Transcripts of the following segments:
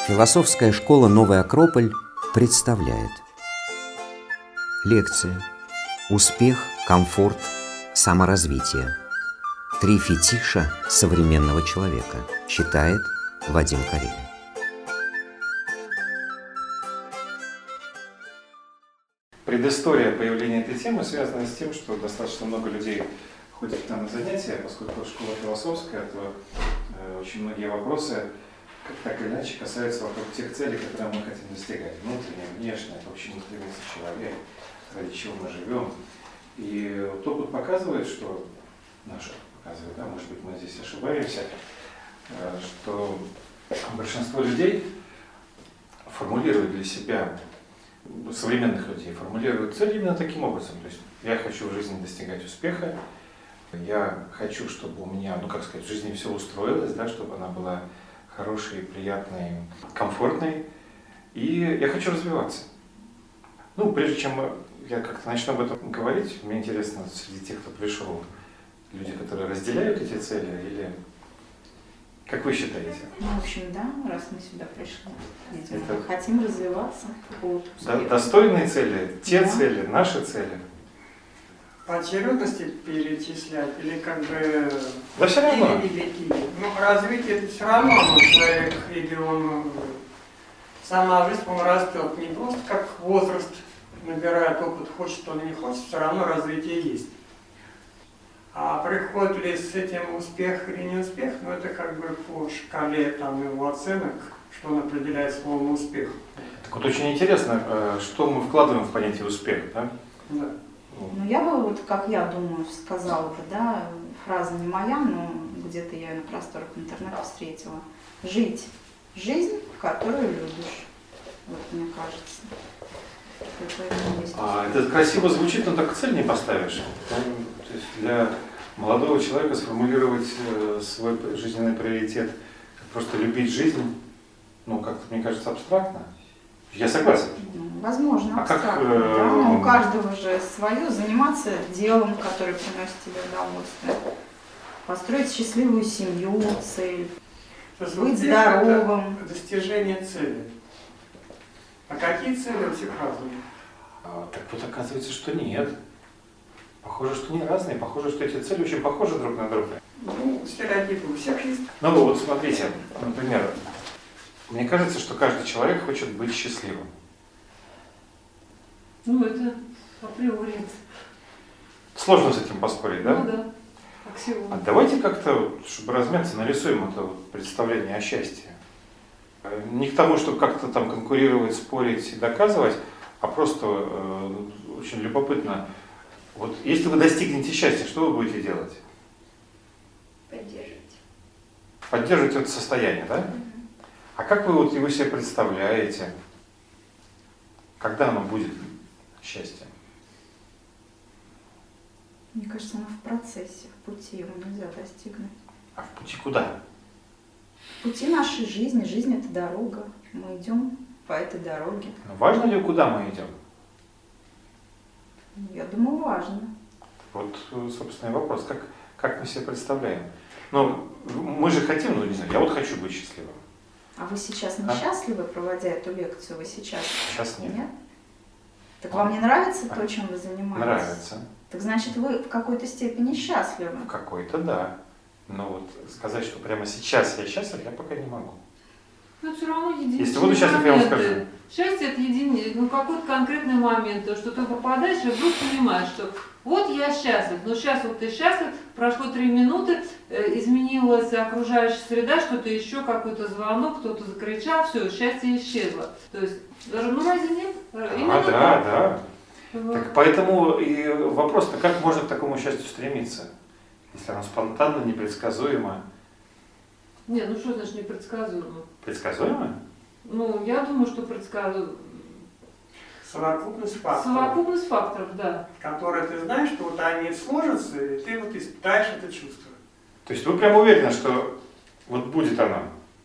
Философская школа «Новый Акрополь» представляет лекция «Успех, комфорт, саморазвитие. Три фетиша современного человека». Читает Вадим Карелин. Предыстория появления этой темы связана с тем, что достаточно много людей ходят к нам на занятия, поскольку школа философская, то очень многие вопросы так или иначе касаются вокруг тех целей, которые мы хотим достигать. Внутреннее, внешнее, то, к чему стремится человек, ради чего мы живем. И вот опыт показывает, что наш опыт показывает, да, может быть, мы здесь ошибаемся, что большинство людей формулирует для себя, современных людей формулируют цель именно таким образом. То есть я хочу в жизни достигать успеха, я хочу, чтобы у меня, в жизни все устроилось, да, чтобы она была хорошей, приятной, комфортной, и я хочу развиваться. Прежде чем я как-то начну об этом говорить, мне интересно, среди тех, кто пришел, люди, которые разделяют эти цели, или как вы считаете? В общем, да, раз мы сюда пришли, видимо, хотим развиваться. Достойные цели, те цели, наши цели. По очередности перечислять или Да все равно. Или. Развитие это все равно, человек, или он сама жизнь, он растет не просто как возраст, набирает опыт, хочет он или не хочет, все равно развитие есть. А приходит ли с этим успех или не успех, это по шкале его оценок, что он определяет словом успех. Так вот очень интересно, что мы вкладываем в понятие успех, да? Да. Я бы, как я думаю, сказала бы, да, фраза не моя, но где-то я ее на просторах интернета встретила. Жить жизнь, которую любишь. Мне кажется. Это красиво звучит, но так цель не поставишь. То есть для молодого человека сформулировать свой жизненный приоритет, просто любить жизнь, как-то, мне кажется, абстрактно. Я согласен. Возможно, абстрактно. Но у каждого же свое. Заниматься делом, которое приносит тебе удовольствие. Построить счастливую семью, цель. Быть здоровым. Достижение цели. А какие цели у всех разные? Так вот оказывается, что нет. Похоже, что не разные. Похоже, что эти цели очень похожи друг на друга. Стереотипы у всех есть. Смотрите, например, мне кажется, что каждый человек хочет быть счастливым. Это априори. Сложно с этим поспорить, да? Да, аксиома. А давайте как-то, чтобы размяться, нарисуем это представление о счастье. Не к тому, чтобы как-то там конкурировать, спорить и доказывать, а просто очень любопытно. Если вы достигнете счастья, что вы будете делать? Поддерживать. Поддерживать это состояние, да? А как вы его себе представляете? Когда оно будет счастье? Мне кажется, оно в процессе, в пути, его нельзя достигнуть. А в пути куда? В пути нашей жизни. Жизнь – это дорога. Мы идем по этой дороге. Важно ли, куда мы идем? Я думаю, важно. Собственно, и вопрос. Как мы себе представляем? Мы же хотим, я хочу быть счастливым. А вы сейчас несчастливы, проводя эту лекцию? Вы сейчас? Сейчас нет. Нет? Так вам не нравится то, чем вы занимаетесь? Нравится. Так значит, вы в какой-то степени счастливы? В какой-то, да. Но сказать, что прямо сейчас я счастлив, я пока не могу. Но все равно единичные Если буду счастлив, я вам скажу. Счастье – это какой-то конкретный момент, то, что ты попадаешь и вдруг понимаешь, что я счастлив, но сейчас ты счастлив, прошло 3 минуты, изменилась окружающая среда, что-то еще, какой-то звонок, кто-то закричал, все, счастье исчезло. То есть, даже, разве нет? Да. Так поэтому и вопрос-то, как можно к такому счастью стремиться, если оно спонтанно, непредсказуемо? Нет, что значит непредсказуемо? Предсказуемо? Я думаю, что предсказуемо. Совокупность факторов. Совокупность факторов, да. Которые ты знаешь, что они сложатся, и ты испытаешь это чувство. То есть вы прямо уверены, что будет оно?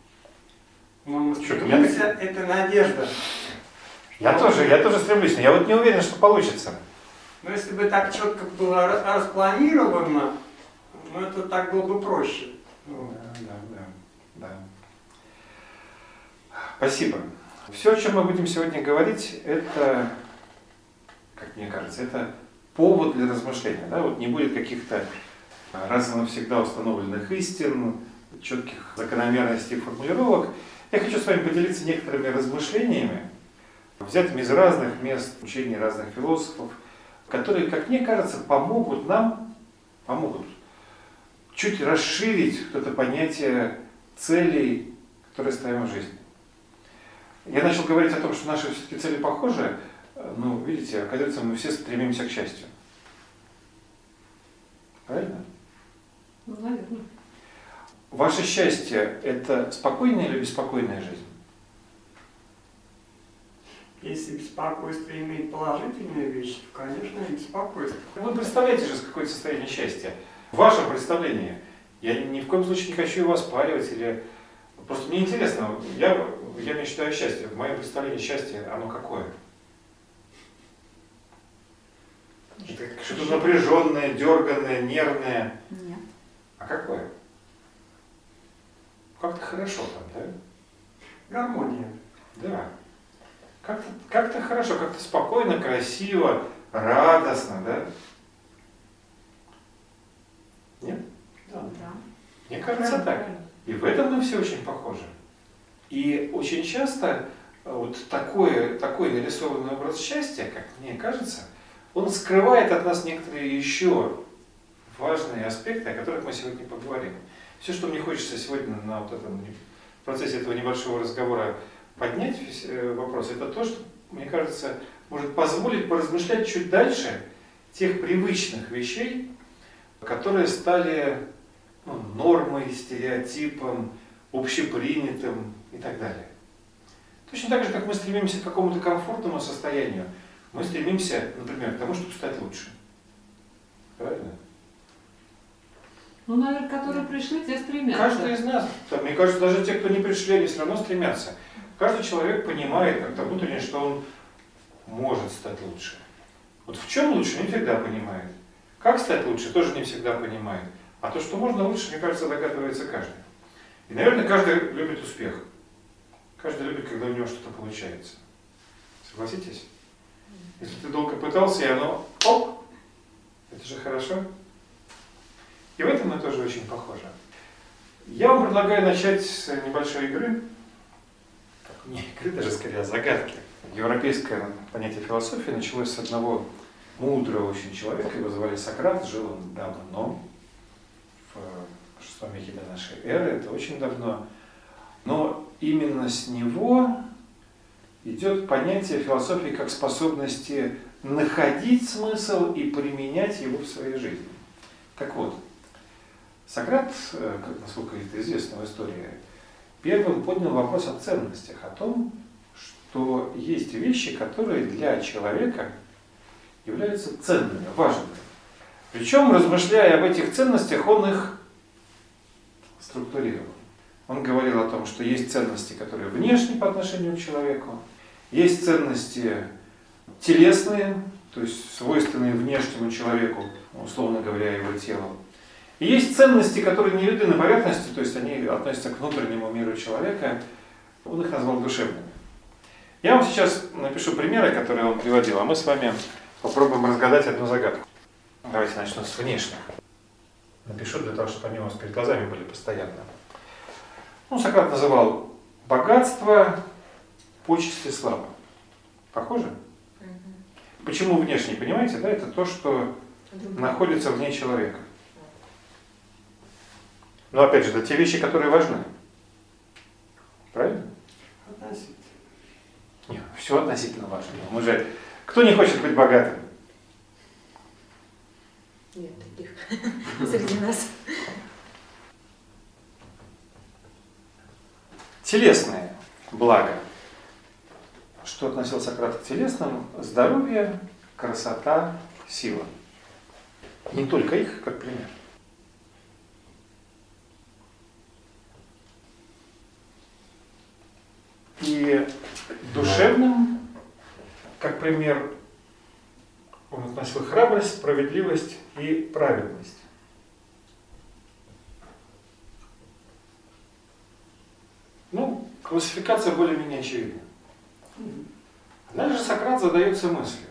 Это надежда. Я тоже стремлюсь, но я не уверен, что получится. Если бы так четко было распланировано, это так было бы проще. Да. Спасибо. Все, о чем мы будем сегодня говорить, это, как мне кажется, это повод для размышления. Да? Вот не будет каких-то раз и навсегда установленных истин, четких закономерностей и формулировок. Я хочу с вами поделиться некоторыми размышлениями, взятыми из разных мест учений разных философов, которые, как мне кажется, помогут чуть расширить это понятие целей, которые ставим в жизни. Я начал говорить о том, что наши все-таки цели похожи, но, видите, оказывается, мы все стремимся к счастью. Правильно? Ну, наверное. Ваше счастье – это спокойная или беспокойная жизнь? Если беспокойство имеет положительные вещи, то, конечно, и беспокойство. Вы представляете же, какое состояние счастья? В вашем представлении. Я ни в коем случае не хочу его оспаривать или... Просто мне интересно, я мечтаю о счастье. В моем представлении счастье, оно какое? Это что-то напряженное, дерганное, нервное. Нет. А какое? Как-то хорошо там, да? Гармония. Да. Как-то хорошо, как-то спокойно, красиво, радостно, да? Нет? Да. Мне кажется, так. И в этом мы все очень похожи. И очень часто вот такой нарисованный образ счастья, как мне кажется, он скрывает от нас некоторые еще важные аспекты, о которых мы сегодня поговорим. Все, что мне хочется сегодня в процессе этого небольшого разговора поднять вопрос, это то, что, мне кажется, может позволить поразмышлять чуть дальше тех привычных вещей, которые стали нормой, стереотипом, общепринятым и так далее. Точно так же, как мы стремимся к какому-то комфортному состоянию, мы стремимся, например, к тому, чтобы стать лучше. Правильно? Ну, наверное, которые пришли, те стремятся. Каждый из нас, мне кажется, даже те, кто не пришли, они все равно стремятся. Каждый человек понимает как-то внутренне, что он может стать лучше. Вот в чем лучше, не всегда понимает. Как стать лучше, тоже не всегда понимает. А то, что можно лучше, мне кажется, догадывается каждый. И, наверное, каждый любит успех. Каждый любит, когда у него что-то получается. Согласитесь? Если ты долго пытался, и оно оп, это же хорошо. И в этом мы тоже очень похожи. Я вам предлагаю начать с небольшой игры. Не игры, даже скорее, а загадки. Европейское понятие философии началось с одного мудрого очень человека, его звали Сократ, жил он давно, в VI веке до нашей эры, это очень давно. Но именно с него идет понятие философии как способности находить смысл и применять его в своей жизни. Так вот, Сократ, насколько это известно в истории, первым поднял вопрос о ценностях, о том, что есть вещи, которые для человека являются ценными, важными. Причем, размышляя об этих ценностях, он их структурировал. Он говорил о том, что есть ценности, которые внешние по отношению к человеку, есть ценности телесные, то есть свойственные внешнему человеку, условно говоря, его телу. И есть ценности, которые не видны на поверхности, то есть они относятся к внутреннему миру человека, он их назвал душевными. Я вам сейчас напишу примеры, которые он приводил, а мы с вами попробуем разгадать одну загадку. Давайте начну с внешних. Напишу для того, чтобы они у вас перед глазами были постоянно. Сократ называл богатство, почести, славу. Похоже? Почему внешне, понимаете, да? Это то, что находится вне человека. Но опять же, это те вещи, которые важны. Правильно? Относительно. Нет, все относительно важно. Мы же... Кто не хочет быть богатым? Нет таких среди нас. Телесные блага. Что относил Сократ к телесным? Здоровье, красота, сила. Не только их, как пример. И душевным, как пример, он относил храбрость, справедливость и праведность. классификация более-менее очевидна. Дальше Сократ задается мыслью,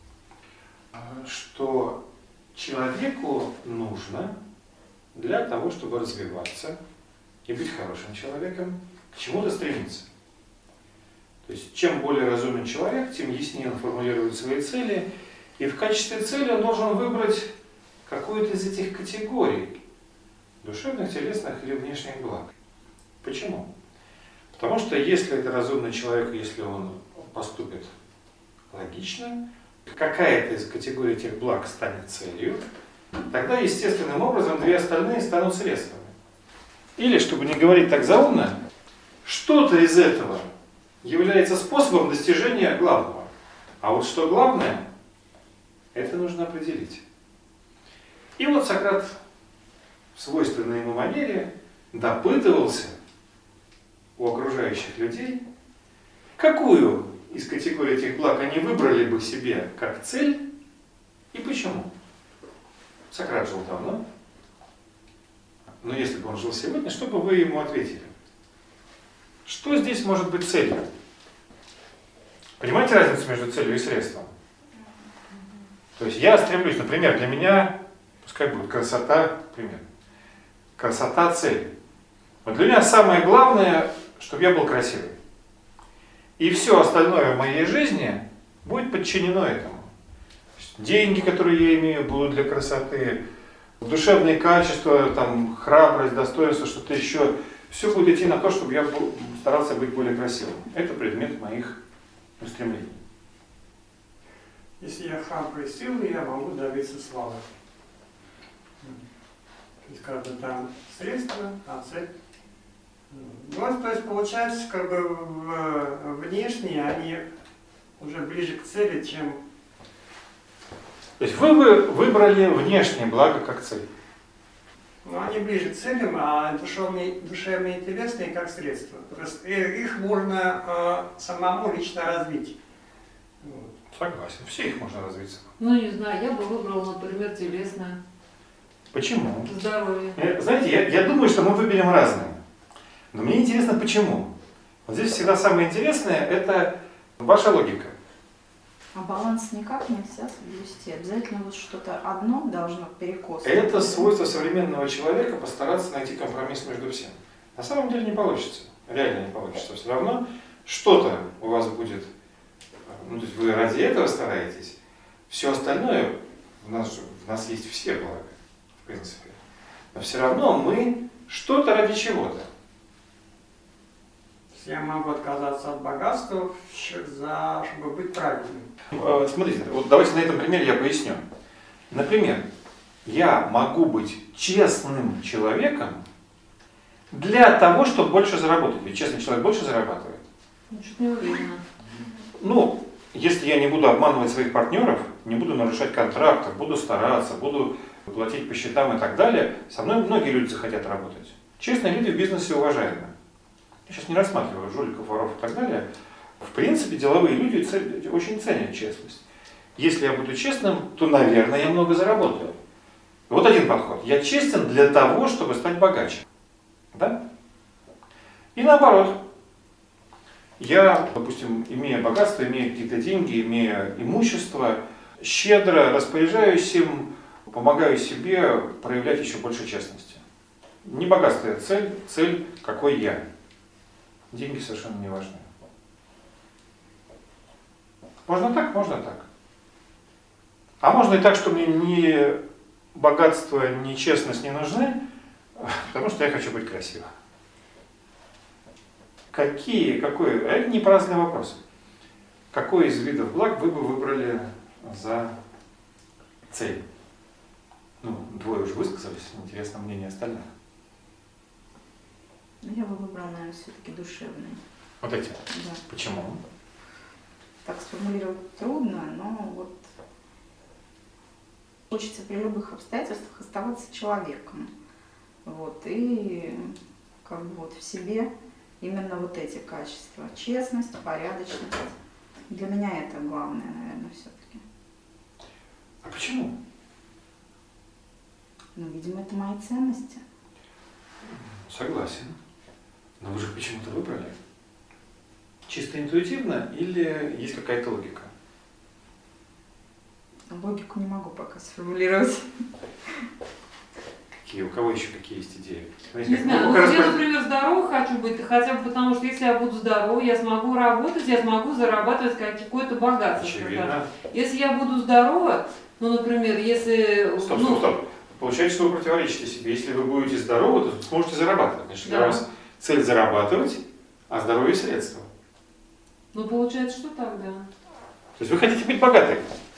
что человеку нужно для того, чтобы развиваться и быть хорошим человеком, к чему-то стремиться. То есть, чем более разумен человек, тем яснее он формулирует свои цели, и в качестве цели он должен выбрать какую-то из этих категорий душевных, телесных или внешних благ. Почему? Потому что если это разумный человек, если он поступит логично, какая-то из категорий этих благ станет целью, тогда естественным образом две остальные станут средствами. Или, чтобы не говорить так заумно, что-то из этого является способом достижения главного. А вот что главное, это нужно определить. И вот Сократ в свойственной ему манере допытывался у окружающих людей, какую из категорий этих благ они выбрали бы себе как цель и почему. Сократ жил давно, но если бы он жил сегодня, что бы вы ему ответили? Что здесь может быть целью? Понимаете разницу между целью и средством? То есть я стремлюсь, например, для меня, пускай будет красота, например, красота цель. Вот для меня самое главное, чтобы я был красивый. И все остальное в моей жизни будет подчинено этому. Деньги, которые я имею, будут для красоты, душевные качества, там, храбрость, достоинство, что-то еще. Все будет идти на то, чтобы я старался быть более красивым. Это предмет моих устремлений. Если я храбрый, сильный, я могу добиться славы. То есть, как бы там средства, а цель. Ну, то есть, получается, как бы внешние, они уже ближе к цели, чем... То есть вы выбрали внешнее благо как цель. Ну, они ближе к целям, а душевные и телесные как средства. То есть их можно самому лично развить. Вот. Согласен, все их можно развить. Ну, не знаю, я бы выбрала, например, телесное. Почему? Здоровье. Знаете, я думаю, что мы выберем разные. Но мне интересно, почему. Вот здесь всегда самое интересное – это ваша логика. А баланс никак нельзя соблюсти. Обязательно вот что-то одно должно перекос. Это свойство современного человека постараться найти компромисс между всем. На самом деле не получится. Реально не получится. Все равно что-то у вас будет, ну, то есть вы ради этого стараетесь. Все остальное, в нас есть все блага, в принципе. Но все равно мы что-то ради чего-то. Я могу отказаться от богатства, чтобы быть правильным. Смотрите, вот давайте на этом примере я поясню. Например, я могу быть честным человеком для того, чтобы больше заработать. Ведь честный человек больше зарабатывает. Ну, что-то не уверена. Ну, если я не буду обманывать своих партнеров, не буду нарушать контрактов, буду стараться, буду платить по счетам и так далее, со мной многие люди захотят работать. Честные люди в бизнесе уважаемы. Я сейчас не рассматриваю жуликов, воров и так далее. В принципе, деловые люди очень ценят честность. Если я буду честным, то, наверное, я много заработаю. Вот один подход. Я честен для того, чтобы стать богаче. Да? И наоборот. Я, допустим, имея богатство, имея какие-то деньги, имея имущество, щедро распоряжаюсь им, помогаю себе проявлять еще больше честности. Не богатство – это цель какой я. Деньги совершенно не важны. Можно так, можно так. А можно и так, что мне ни богатство, ни честность не нужны, потому что я хочу быть красивым. Какой? А это не праздный вопрос. Какой из видов благ вы бы выбрали за цель? Ну, двое уже высказались, интересно мнение остальных. Я бы выбрала, наверное, все-таки душевные. Вот эти? Да. Почему? Так сформулировать трудно, но вот хочется при любых обстоятельствах оставаться человеком. Вот, и как бы вот в себе именно вот эти качества. Честность, порядочность. Для меня это главное, наверное, все-таки. А почему? Ну, видимо, это мои ценности. Согласен. Но вы же почему-то выбрали. чисто интуитивно или есть какая-то логика? Логику не могу пока сформулировать. У кого еще какие есть идеи? Не знаю, ну, я, например, здорова хочу быть, хотя бы потому, что если я буду здорова, я смогу работать, я смогу зарабатывать какое-то богатство. Очевидно. Если я буду здорова, ну, например, если... Стоп. Получается, что вы противоречите себе. Если вы будете здоровы, то сможете зарабатывать. Значит, для вас цель зарабатывать, а здоровье средства. Ну, получается, что так, да. То есть вы хотите быть богатой?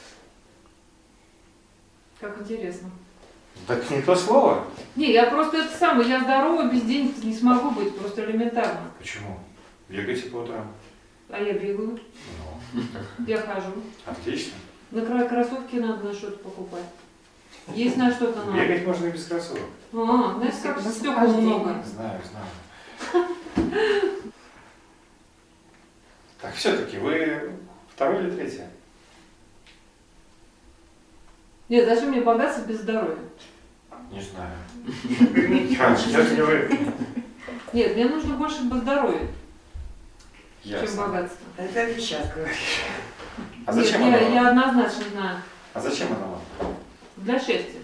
Как интересно. Так не то слово. Не, я просто это самое, я здорова, без денег не смогу быть, просто элементарно. Почему? Бегаете по утрам? А я бегаю. Ну, Я хожу. отлично. На кроссовки надо на что-то покупать. Есть на что-то надо. Бегать можно и без кроссовок. Знаешь, как стекол много. Знаю. Так, все-таки вы второй или третий? Нет, зачем мне богатство без здоровья? Не знаю. Нет, мне нужно больше здоровья, чем Ясно. богатство. Это ты сейчас говоришь. А зачем Нет, оно вам? я однозначно знаю. А зачем оно вам? Для счастья.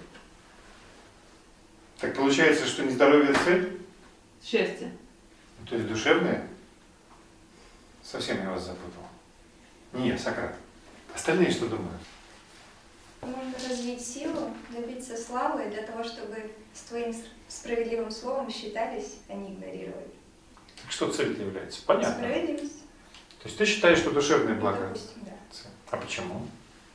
Так получается, что нездоровье это цель? Счастье. Ну, то есть душевное? Совсем я вас запутал. Не, Сократ. Остальные что думают? Можно развить силу, добиться славы для того, чтобы с твоим справедливым словом считались, а не игнорировали. Так что цель-то является? Понятно. Справедливость. То есть ты считаешь, что душевное благо? Допустим, да. А почему?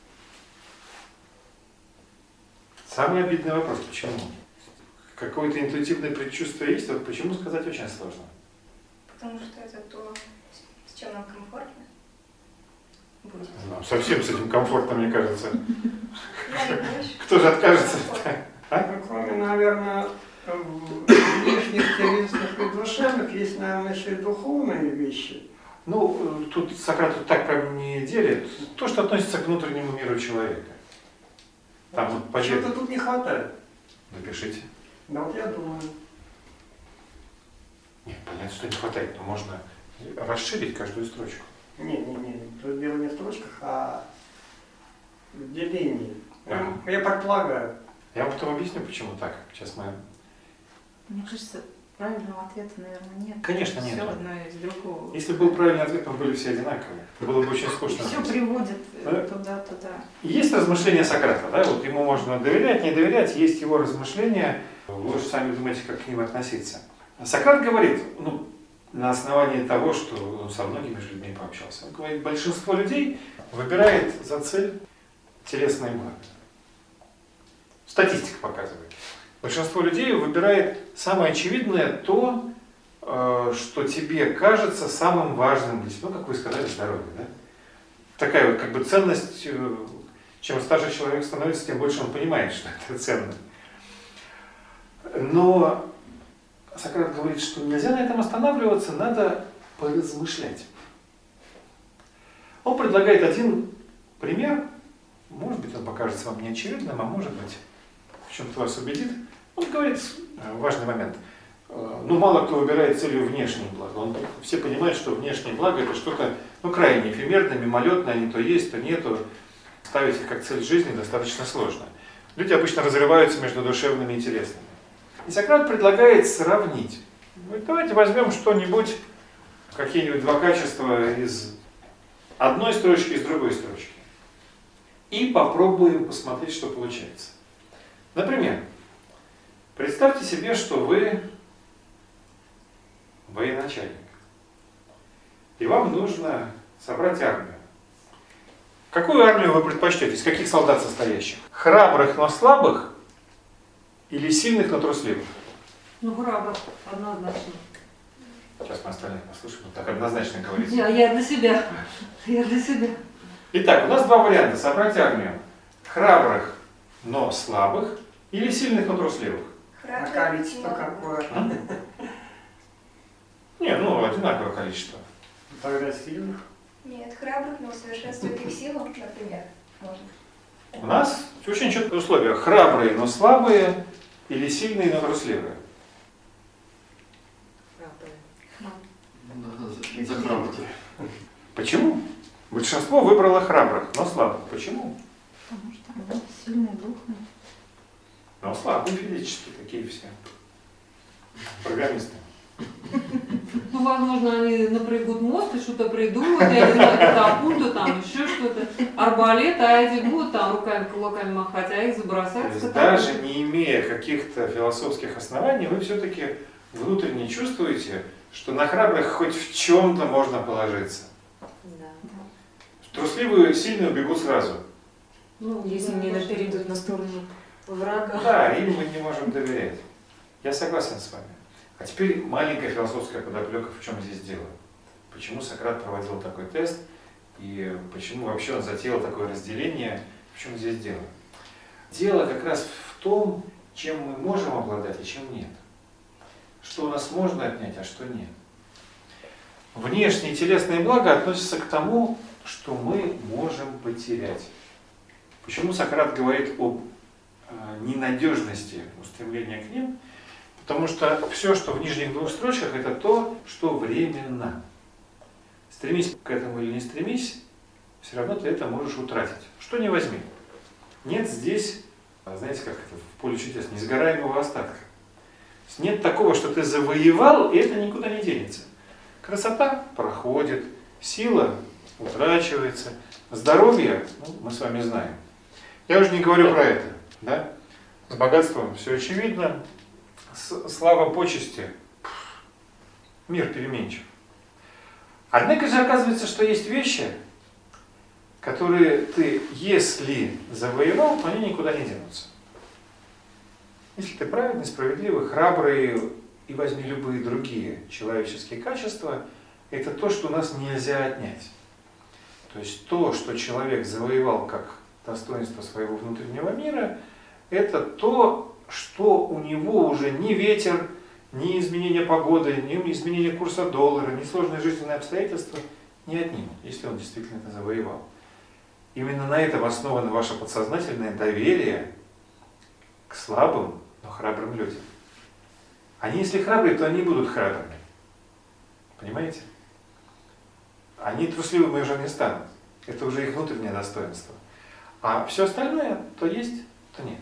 Самый обидный вопрос, почему? Какое-то интуитивное предчувствие есть, вот почему сказать очень сложно. Потому что это то, с чем нам комфортно будет. Ну, совсем с этим комфортно, мне кажется. Я и больше. Кто же откажется? Ну, кроме, наверное, внешних, телесных и душевных, есть, наверное, еще и духовные вещи. Ну, тут Сократ тут так прям не делит. То, что относится к внутреннему миру человека. Там вот по Что-то тут не хватает. Напишите. Да вот я думаю. Нет, понятно, что не хватает, но можно расширить каждую строчку. Не. Тут дело не в строчках, а в делении. Ага. Я предполагаю. Я вам потом объясню, почему так. Сейчас мы... Мне кажется, правильного ответа, наверное, нет. Конечно, нет. Все одно из другого. Если был правильный ответ, мы были все одинаковые. Было бы очень скучно. Все приводит Да. туда. Есть размышления Сократа, да? Вот ему можно доверять, не доверять, есть его размышления. Вы же сами думаете, как к ним относиться. Сократ говорит, на основании того, что он со многими же людьми пообщался, он говорит, большинство людей выбирает за цель телесное благо. Статистика показывает. Большинство людей выбирает самое очевидное то, что тебе кажется самым важным для себя. Ну, как вы сказали, здоровье, да? Такая вот как бы ценность, чем старше человек становится, тем больше он понимает, что это ценно. Но Сократ говорит, что нельзя на этом останавливаться, надо поразмышлять. Он предлагает один пример, может быть, он покажется вам неочевидным, а может быть, в чем-то вас убедит. Он говорит, важный момент, мало кто выбирает целью внешнее благо. Все понимают, что внешнее благо это что-то крайне эфемерное, мимолетное, не то есть, то нету. Ставить их как цель жизни достаточно сложно. Люди обычно разрываются между душевными и телесными. И Сократ предлагает сравнить. Давайте возьмем что-нибудь, какие-нибудь два качества из одной строчки и с другой строчки. И попробуем посмотреть, что получается. Например, представьте себе, что вы военачальник. И вам нужно собрать армию. Какую армию вы предпочтете? Из каких солдат состоящих? Храбрых, но слабых? Или сильных, но трусливых? Храбро, однозначно. Сейчас мы остальных послушаем. Вот так однозначно говорите. Я для себя. Я для себя. Итак, у нас два варианта. Собрать армию. Храбрых, но слабых? Или сильных, но трусливых? А количество какое? Одинаковое количество. Тогда сильных. Нет, храбрых, но усовершенствовать их силу, например, можно. У нас очень четкое условие. Храбрые, но слабые, или сильные, но трусливые. Храбрые. За храбрых. Почему? Большинство выбрало храбрых, но слабых. Почему? Потому что они сильные духом. Но слабые физически, такие все. Программисты. Ну, возможно, они напрягут мозг и что-то придумают, я не знаю, катапульту, там еще что-то, арбалет, а эти будут там руками, кулаками махать, а их забросают. То есть даже не имея каких-то философских оснований, вы все-таки внутренне чувствуете, что на храбрых хоть в чем-то можно положиться. Да. Трусливые сильные убегут сразу. Ну, если они перейдут на сторону врага. Да, им мы не можем доверять. Я согласен с вами. А теперь маленькая философская подоплека, в чем здесь дело. Почему Сократ проводил такой тест, и почему вообще он затеял такое разделение, в чем здесь дело. Дело как раз в том, чем мы можем обладать и чем нет. Что у нас можно отнять, а что нет. Внешние телесные блага относятся к тому, что мы можем потерять. Почему Сократ говорит об ненадежности устремления к ним? Потому что все, что в нижних двух строчках, это то, что временно. Стремись к этому или не стремись, все равно ты это можешь утратить. Что не возьми. Нет здесь, знаете, как это в поле чудес, несгораемого остатка. Нет такого, что ты завоевал, и это никуда не денется. Красота проходит, сила утрачивается, здоровье, ну, мы с вами знаем. Я уже не говорю про это. Да? С богатством все очевидно. Слава, почести, мир переменчив. Однако же оказывается, что есть вещи, которые ты, если завоевал, то они никуда не денутся. Если ты праведный, справедливый, храбрый и возьми любые другие человеческие качества, это то, что у нас нельзя отнять. То есть то, что человек завоевал как достоинство своего внутреннего мира, это то, что у него уже ни ветер, ни изменение погоды, ни изменение курса доллара, ни сложные жизненные обстоятельства не отнимут, если он действительно это завоевал. Именно на этом основано ваше подсознательное доверие к слабым, но храбрым людям. Они, если храбрые, то они будут храбрыми. Понимаете? Они трусливыми уже не станут. Это уже их внутреннее достоинство. А все остальное, то есть, то нет.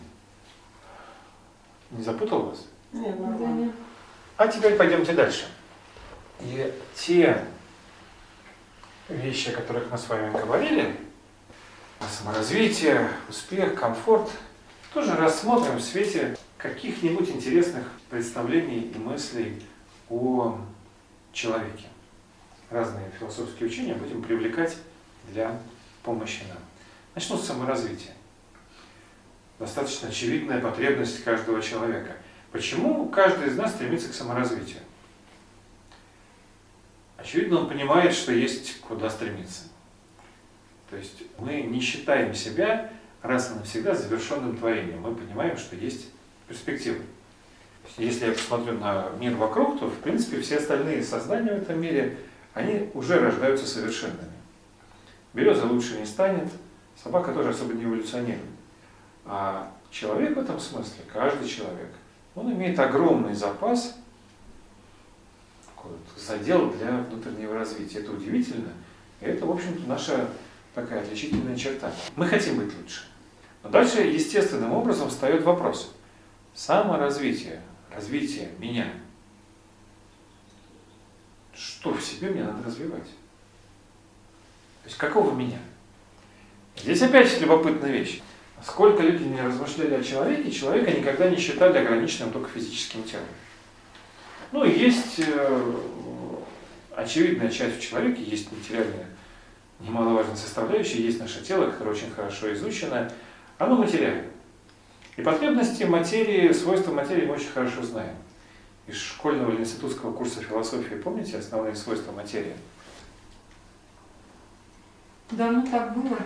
Не запутал вас? Нет, нормально. А теперь пойдемте дальше. И те вещи, о которых мы с вами говорили, саморазвитие, успех, комфорт, тоже рассмотрим в свете каких-нибудь интересных представлений и мыслей о человеке. Разные философские учения будем привлекать для помощи нам. Начну с саморазвития. Достаточно очевидная потребность каждого человека. Почему каждый из нас стремится к саморазвитию? Очевидно, он понимает, что есть куда стремиться. То есть мы не считаем себя раз и навсегда завершенным творением. Мы понимаем, что есть перспективы. Если я посмотрю на мир вокруг, то в принципе все остальные создания в этом мире, они уже рождаются совершенными. Береза лучше не станет, собака тоже особо не эволюционирует. А человек в этом смысле, каждый человек, он имеет огромный запас, задел для внутреннего развития. Это удивительно, и это, в общем-то, наша такая отличительная черта. Мы хотим быть лучше. Но дальше естественным образом встает вопрос. Саморазвитие, развитие меня. Что в себе мне надо развивать? То есть какого меня? Здесь опять любопытная вещь. Сколько люди не размышляли о человеке, человека никогда не считали ограниченным только физическим телом. Ну и есть очевидная часть в человеке, есть материальная, немаловажная составляющая, есть наше тело, которое очень хорошо изучено, оно материально. И потребности материи, свойства материи мы очень хорошо знаем. Из школьного или институтского курса философии, помните основные свойства материи? Да, ну так было.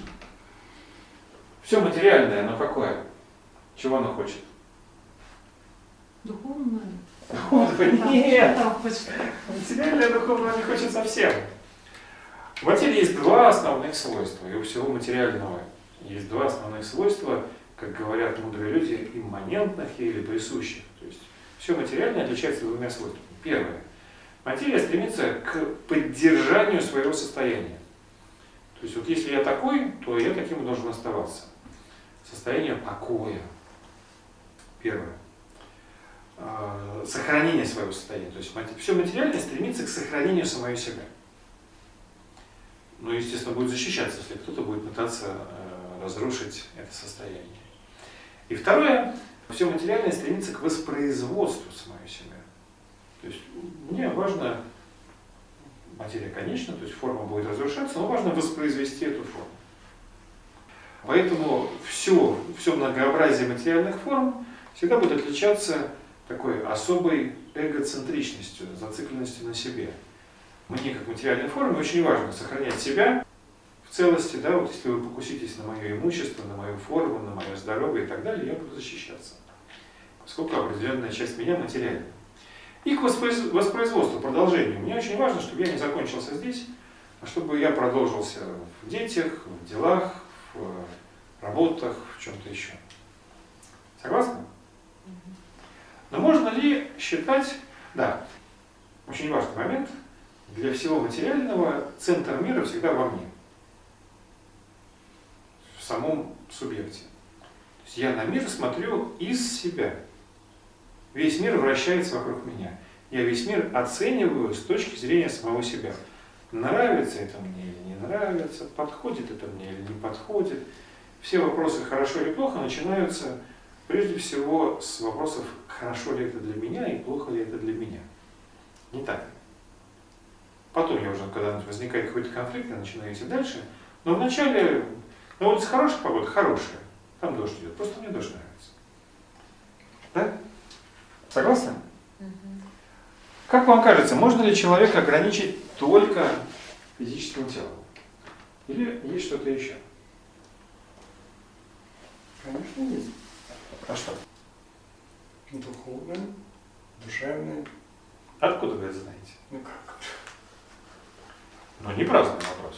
Все материальное, но какое? Чего оно хочет? Духовное. Нет! Материальное духовное не хочет совсем. В материи есть два основных свойства, и у всего материального есть два основных свойства, как говорят мудрые люди, имманентных или присущих. То есть все материальное отличается двумя свойствами. Первое. Материя стремится к поддержанию своего состояния. То есть вот если я такой, то я таким и должен оставаться. Состояние покоя. Первое. Сохранение своего состояния. То есть все материальное стремится к сохранению самого себя. Но, естественно, будет защищаться, если кто-то будет пытаться разрушить это состояние. И второе. Все материальное стремится к воспроизводству самого себя. То есть мне важно, материя конечна, то есть форма будет разрушаться, но важно воспроизвести эту форму. Поэтому все многообразие материальных форм всегда будет отличаться такой особой эгоцентричностью, зацикленностью на себе. Мне, как материальной форме, очень важно сохранять себя в целости, да, вот если вы покуситесь на мое имущество, на мою форму, на мое здоровье и так далее, я буду защищаться. Поскольку определенная часть меня материальна. И к воспроизводству, продолжению. Мне очень важно, чтобы я не закончился здесь, а чтобы я продолжился в детях, в делах, в работах, в чем-то еще. Согласны? Но можно ли считать, да, очень важный момент, для всего материального центр мира всегда во мне, в самом субъекте. То есть я на мир смотрю из себя. Весь мир вращается вокруг меня. Я весь мир оцениваю с точки зрения самого себя. Нравится это мне или не нравится, подходит это мне или не подходит. Все вопросы «хорошо или плохо» начинаются прежде всего с вопросов «хорошо ли это для меня» и «плохо ли это для меня». Не так ли? Потом я уже, когда возникает какой-то конфликт, я начинаю идти дальше. Но вначале, на улице хорошая погода, хорошая, там дождь идет, просто мне дождь нравится. Да? Согласны? Как вам кажется, можно ли человека ограничить только физическим телом? Или есть что-то еще? Конечно, есть. А что? Духовное, душевное. Откуда вы это знаете? Ну как? Ну, не праздный вопрос.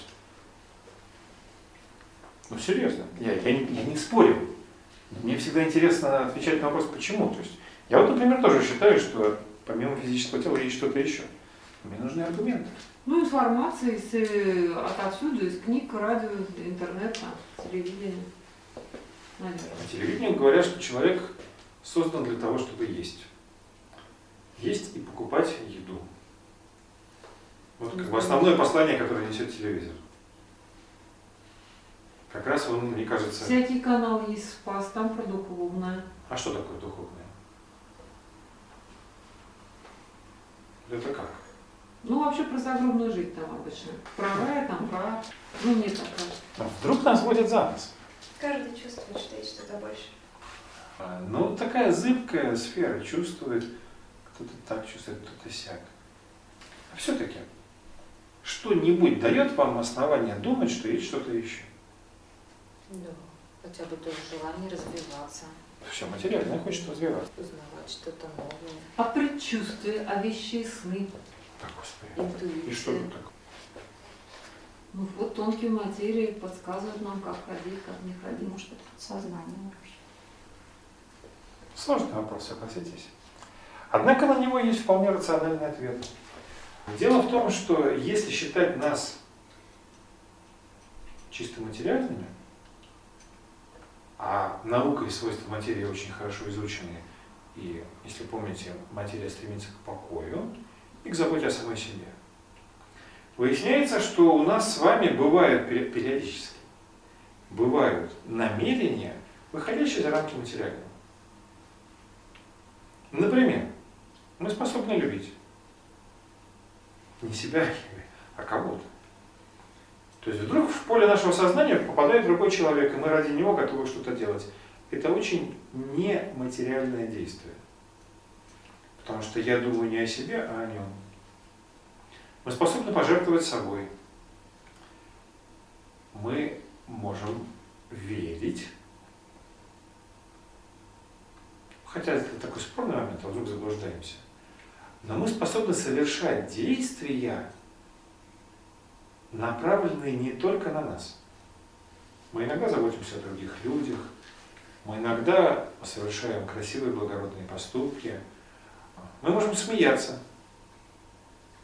Ну, серьезно. Я не спорю. Мне всегда интересно отвечать на вопрос, почему. То есть, я вот, например, тоже считаю, что помимо физического тела есть что-то еще. Мне нужны аргументы. Ну, информация отовсюду, из книг, радио, интернета, телевидения. Наверное. На телевидении говорят, что человек создан для того, чтобы есть. Есть и покупать еду. Вот как бы основное послание, которое несет телевизор. Как раз он, мне кажется... Всякий канал есть Спас, там про духовное. А что такое духовное? Это как? Ну, вообще про загробную жизнь там обычно. Про рай, там, про ад. Ну, мне так кажется. Вдруг нас водят за нос. Каждый чувствует, что есть что-то больше. Ну, такая зыбкая сфера, чувствует, кто-то так чувствует, кто-то сяк. А все-таки, что-нибудь дает вам основание думать, что есть что-то еще? Да, хотя бы тоже желание развиваться. Все материальное хочет развиваться. Узнавать что-то новое. А предчувствие, а вещи и сны. Так, Господи. Интуиция. И что тут такое? Ну, вот тонкие материи подсказывают нам, как ходить, как не ходить. Может, это подсознание вообще. Сложный вопрос, согласитесь. Однако на него есть вполне рациональный ответ. Дело в том, что если считать нас чисто материальными, а наука и свойства материи очень хорошо изучены, и, если помните, материя стремится к покою и к заботе о самой себе, выясняется, что у нас с вами бывают периодически намерения, выходящие за рамки материального. Например, мы способны любить не себя, а кого-то. То есть вдруг в поле нашего сознания попадает другой человек, и мы ради него готовы что-то делать. Это очень нематериальное действие. Потому что я думаю не о себе, а о нем. Мы способны пожертвовать собой. Мы можем верить. Хотя это такой спорный момент, а вдруг заблуждаемся. Но мы способны совершать действия, направленные не только на нас. Мы иногда заботимся о других людях, мы иногда совершаем красивые благородные поступки, мы можем смеяться.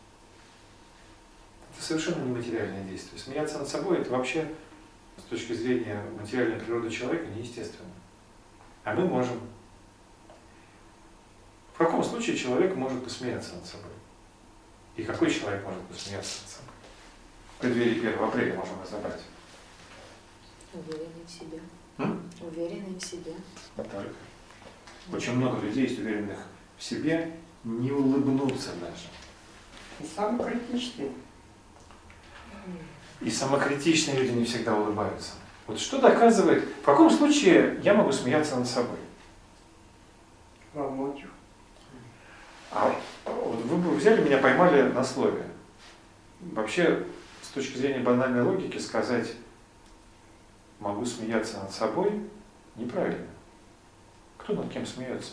совершенно нематериальное действие. Смеяться над собой – это вообще с точки зрения материальной природы человека неестественно. А мы можем. В каком случае человек может посмеяться над собой? И какой человек может посмеяться над собой? В преддверии 1 апреля можем разобрать. Уверенный в себе. М? Уверенный в себе. Только. Очень много людей есть уверенных в себе, не улыбнуться даже. И самокритичный. И самокритичные люди не всегда улыбаются. Вот что доказывает, в каком случае я могу смеяться над собой? Во многих. А вот вы бы взяли меня, поймали на слове. Вообще, с точки зрения банальной логики, сказать «могу смеяться над собой» неправильно. Кто над кем смеется?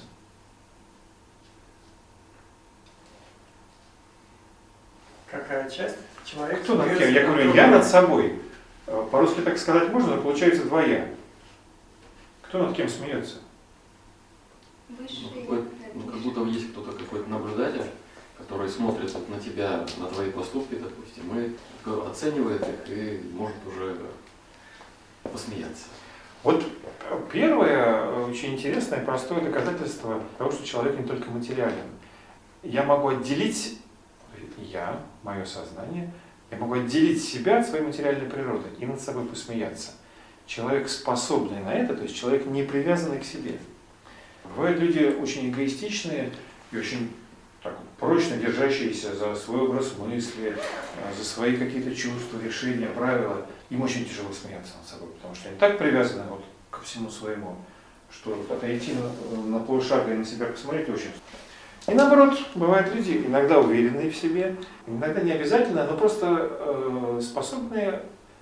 Какая часть человека? Кто над кем? Я говорю, я над собой. По-русски так сказать можно, но получается два «я». Кто над кем смеется? Высший, как будто есть кто-то, какой-то наблюдатель, который смотрит вот на тебя, на твои поступки, допустим, и оценивает их и может уже посмеяться. Вот первое очень интересное, простое доказательство того, что человек не только материален. Я могу отделить, мое сознание, я могу отделить себя от своей материальной природы и над собой посмеяться. Человек, способный на это, то есть человек, не привязанный к себе. Бывают люди очень эгоистичные и очень так, прочно держащиеся за свой образ мысли, за свои какие-то чувства, решения, правила. Им очень тяжело смеяться над собой, потому что они так привязаны вот ко всему своему, что отойти на полшага и на себя посмотреть очень. И наоборот, бывают люди, иногда уверенные в себе, иногда не обязательно, но просто способные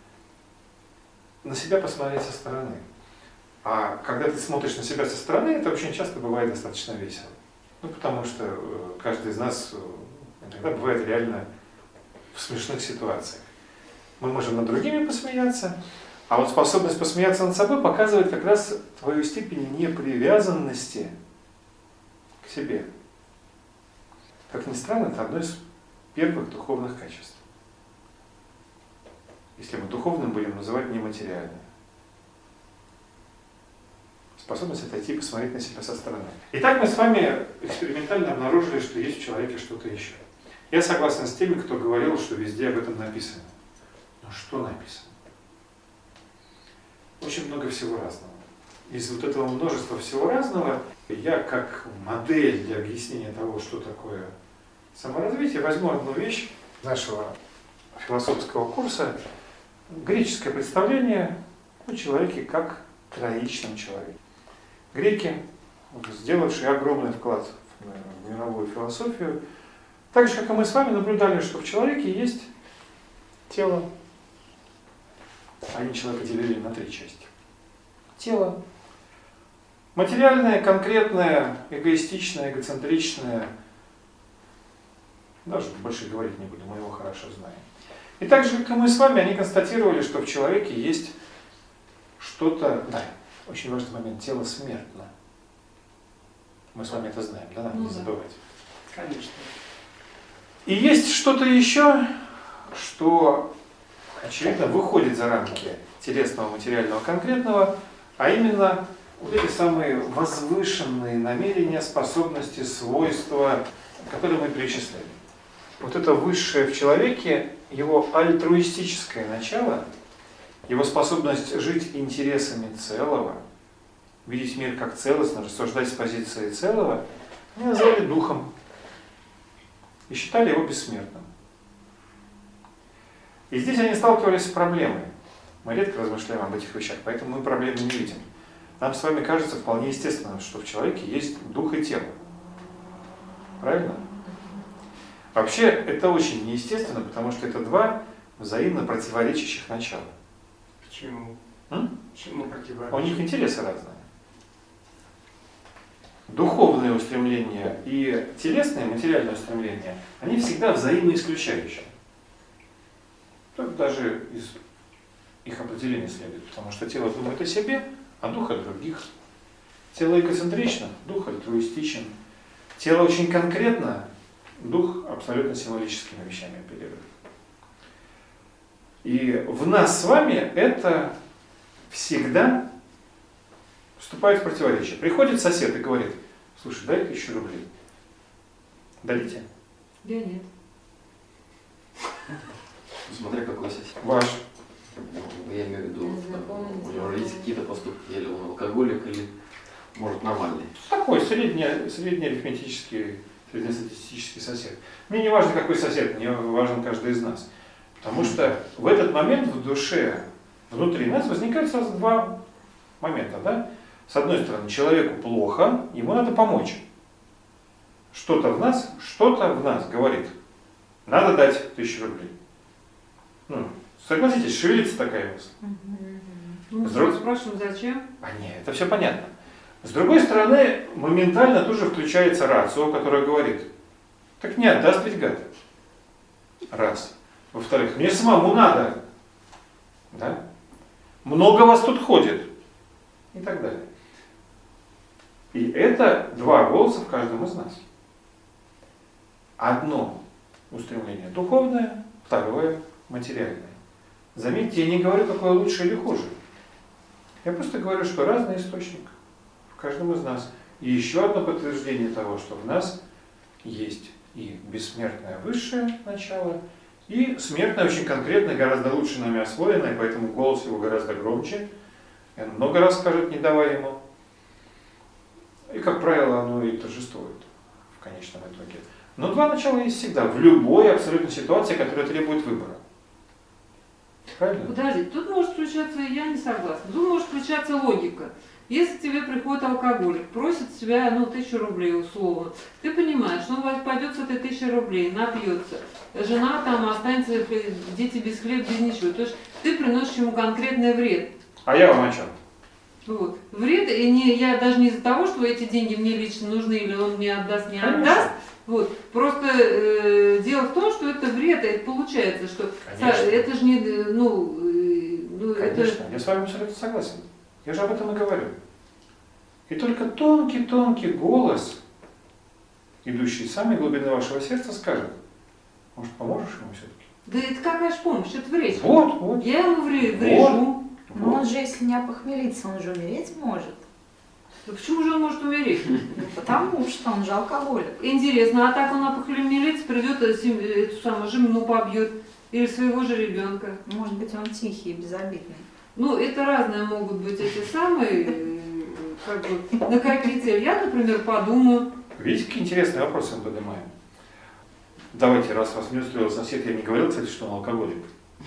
на себя посмотреть со стороны. А когда ты смотришь на себя со стороны, это очень часто бывает достаточно весело. Ну, потому что каждый из нас иногда бывает реально в смешных ситуациях. Мы можем над другими посмеяться, а вот способность посмеяться над собой показывает как раз твою степень непривязанности к себе. Как ни странно, это одно из первых духовных качеств. Если мы духовным будем называть нематериальное. Способность отойти и посмотреть на себя со стороны. Итак, мы с вами экспериментально обнаружили, что есть в человеке что-то еще. Я согласен с теми, кто говорил, что везде об этом написано. Но что написано? Очень много всего разного. Из вот этого множества всего разного я как модель для объяснения того, что такое саморазвитие, возьму одну вещь нашего философского курса. Греческое представление о человеке как троичном человеке. Греки, сделавшие огромный вклад в мировую философию, так же, как и мы с вами, наблюдали, что в человеке есть тело. Они человека делили на 3 части. Тело. Материальное, конкретное, эгоистичное, эгоцентричное. Даже больше говорить не буду, мы его хорошо знаем. И так же, как и мы с вами, они констатировали, что в человеке есть что-то, да, очень важный момент, тело смертно. Мы с вами это знаем, да, надо не забывать. Конечно. И есть что-то еще, что, очевидно, выходит за рамки телесного, материального, конкретного, а именно вот эти самые возвышенные намерения, способности, свойства, которые мы перечисляли. Вот это высшее в человеке, его альтруистическое начало, его способность жить интересами целого, видеть мир как целостно, рассуждать с позиции целого, они назвали духом и считали его бессмертным. И здесь они сталкивались с проблемой. Мы редко размышляем об этих вещах, поэтому мы проблемы не видим. Нам с вами кажется вполне естественным, что в человеке есть дух и тело. Правильно? Вообще, это очень неестественно, потому что это 2 взаимно противоречащих начала. Почему? Почему У противоречие? них интересы разные. Духовные устремления и телесные, материальные устремления, они всегда взаимоисключающие. Тут даже из их определения следует, потому что тело думает о себе, а дух о других. Тело эгоцентрично, дух альтруистичен. Тело очень конкретно, дух абсолютно символическими вещами оперирует. И в нас с вами это всегда вступает в противоречие. Приходит сосед и говорит: слушай, дай 1000 рублей. Дадите? Я нет. Смотря какой сосед. Ваш. Я имею в виду, Не знакомый, не у него есть знакомый. какие-то поступки, или он алкоголик, или может нормальный. Такой среднеарифметический, среднестатистический сосед. Мне не важно, какой сосед, мне важен каждый из нас. Потому что в этот момент в душе, внутри нас возникают сразу два момента. Да? С одной стороны, человеку плохо, ему надо помочь. Что-то в нас говорит: надо дать 1000 рублей. Ну, согласитесь, шевелится такая мысль. Мы Здравствуйте. спрашиваем, зачем? А нет, это все понятно. С другой стороны, моментально тоже включается рацио, которая говорит: так не отдаст ведь гад. Раз. Во-вторых, мне самому надо. Да? Много вас тут ходит. И так далее. И это два голоса в каждом из нас. Одно устремление духовное, второе материальное. Заметьте, я не говорю, какое лучше или хуже. Я просто говорю, что разный источник в каждом из нас. И еще одно подтверждение того, что в нас есть и бессмертное высшее начало, и смертное, очень конкретное, гораздо лучше нами освоенное, поэтому голос его гораздо громче. И он много раз скажет, не давай ему. И, как правило, оно и торжествует в конечном итоге. Но два начала есть всегда, в любой абсолютно ситуации, которая требует выбора. Правильно? Подожди, тут может включаться, я не согласна, тут может включаться логика. Если к тебе приходит алкоголик, просит с тебя 1000 рублей условно, ты понимаешь, что он пойдет с этой 1000 рублей, напьется, жена там останется, дети без хлеба, без ничего. То есть ты приносишь ему конкретный вред. А я вам о чем? Вот. Вред, и я даже не из-за того, что эти деньги мне лично нужны, или он мне отдаст, не Конечно. отдаст. Вот. Просто дело в том, что это вред, и это получается, что это же не, Конечно, я с вами абсолютно согласен. Я же об этом и говорю. И только тонкий-тонкий голос, идущий из самой глубины вашего сердца, скажет: может, поможешь ему все-таки? Да это какая же помощь, это вред. Вот. Я ему врежу. Но он же, если не опохмелится, он же умереть может. Да почему же он может умереть? Потому что он же алкоголик. Интересно, а так он опохмелится, придет, эту самую жену побьет, или своего же ребенка. Может быть, он тихий и безобидный. Ну, это разные могут быть эти самые, на какие цели. Я, например, подумаю. Видите, какие интересные вопросы мы поднимаем. Давайте, раз вас не устроил сосед, я не говорил, кстати, что он алкоголик.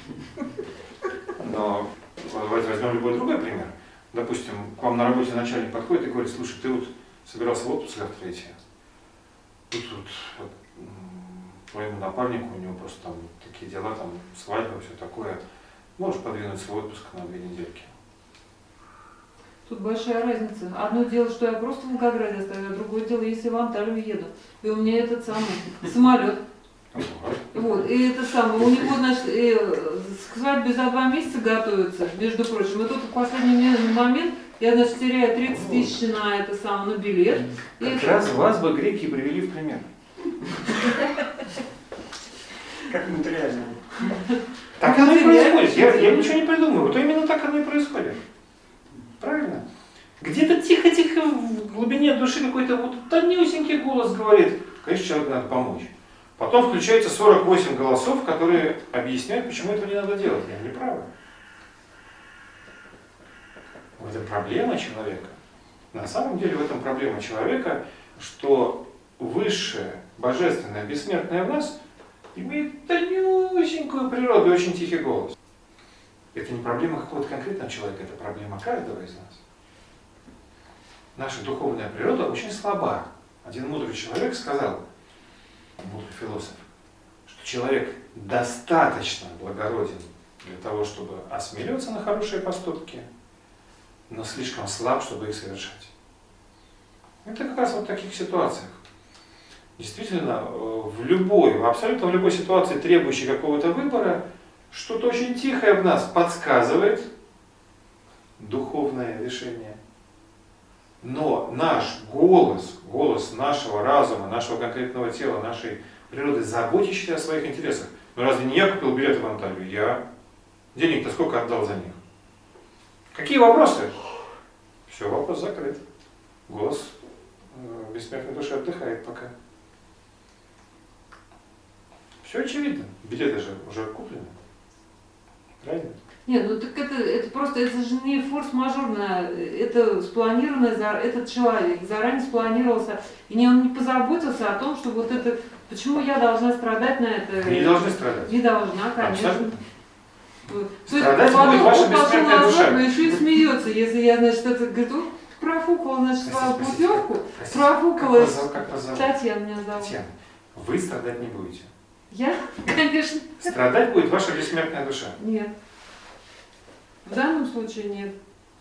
Но давайте возьмем любой другой пример. Допустим, к вам на работе начальник подходит и говорит: слушай, ты вот собирался в отпуск завтра идти. Тут твоему напарнику, у него просто там такие дела, там свадьба, все такое. Можешь подвинуть свой отпуск на 2 недельки. Тут большая разница. Одно дело, что я просто в Волгограде остаюсь, а другое дело, если в Анталию еду. И у меня этот самый самолет. Вот, и это самое, у него, значит, к свадьбе за 2 месяца готовится, между прочим. И тут в последний момент я, значит, теряю 30 тысяч на это самое, на билет. Как раз вас бы греки привели в пример. Как материально. Так оно и происходит. Я ничего не придумываю. Вот именно так оно и происходит. Правильно? Где-то тихо-тихо в глубине души какой-то вот тонюсенький голос говорит: конечно, человеку надо помочь. Потом включается 48 голосов, которые объясняют, почему этого не надо делать. Я не прав. В этом проблема человека. На самом деле в этом проблема человека, что высшее, божественное, бессмертное в нас имеет тонюсенькую природу и очень тихий голос. Это не проблема какого-то конкретного человека, это проблема каждого из нас. Наша духовная природа очень слаба. Один мудрый человек сказал, мудрый философ, что человек достаточно благороден для того, чтобы осмеливаться на хорошие поступки, но слишком слаб, чтобы их совершать. Это как раз вот в таких ситуациях. Действительно, абсолютно в любой ситуации, требующей какого-то выбора, что-то очень тихое в нас подсказывает духовное решение. Но наш голос нашего разума, нашего конкретного тела, нашей природы, заботящийся о своих интересах. Ну разве не я купил билеты в Анталию? Я. Денег-то сколько отдал за них? Какие вопросы? Все, вопрос закрыт. Голос бессмертной души отдыхает пока. Все очевидно. Билеты же уже куплены. Правильно? Нет, ну так это просто, это же не форс-мажорно, это спланированное, этот человек заранее спланировался, и он не позаботился о том, что вот это, почему я должна страдать на это? Вы не должны страдать. Не должна, конечно. Абсолютно. То есть Страдать потом будет ваша он пошел бессмертная назад, душа. но еще и смеется, если я, значит, это, говорит, вот профукала, значит, свою путевку, профукалась. Как вас зовут? Татьяна меня зовут. Татьяна, вы страдать не будете. Я? Конечно. Страдать будет ваша бессмертная душа. Нет. В данном случае нет.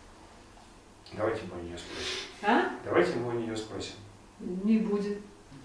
Давайте мы у нее спросим. А? Давайте мы у нее спросим. Не будет.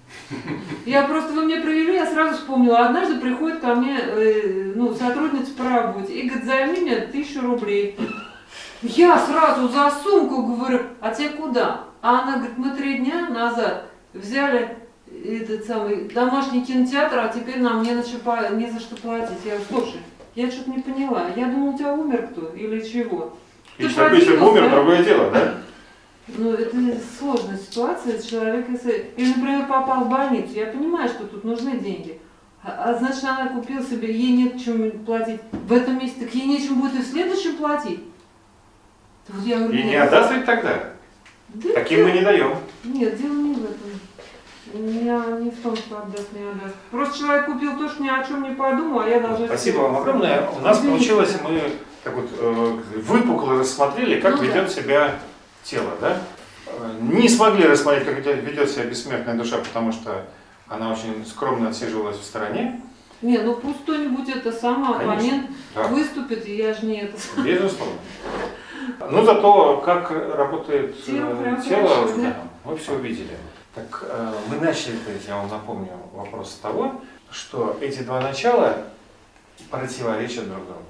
Я просто, вы мне провели, я сразу вспомнила. Однажды приходит ко мне сотрудница по работе и говорит, займи мне 1000 рублей. Я сразу за сумку говорю, а тебе куда? А она говорит, мы 3 дня назад взяли этот самый домашний кинотеатр, а теперь нам не за что платить. Я говорю, слушай, я что-то не поняла. Я думала, у тебя умер кто или чего? Если бы умер, другое дело, да? Ну, это сложная ситуация. Человек, или, например, попал в больницу, я понимаю, что тут нужны деньги. Значит, она купила себе, ей нет чем платить в этом месяце, так ей нечем будет и в следующем платить. Вот я говорю, и не отдаст ведь тогда? Да, таким мы не даем. Нет, дело не в этом. Я не в том, что отдаст, не отдаст. Просто человек купил то, что ни о чем не подумал, а я должна... Спасибо вам огромное. У нас получилось, мы так вот выпукло рассмотрели, как ведет себя тело, да? Не смогли рассмотреть, как ведет себя бессмертная душа, потому что она очень скромно отсиживалась в стороне. Не, ну пусть кто-нибудь это сам оппонент выступит, и я же не это... Безусловно. Ну зато как работает тело, хорошо, да? мы все увидели. Так мы начали, я вам напомню, вопрос с того, что эти два начала противоречат друг другу.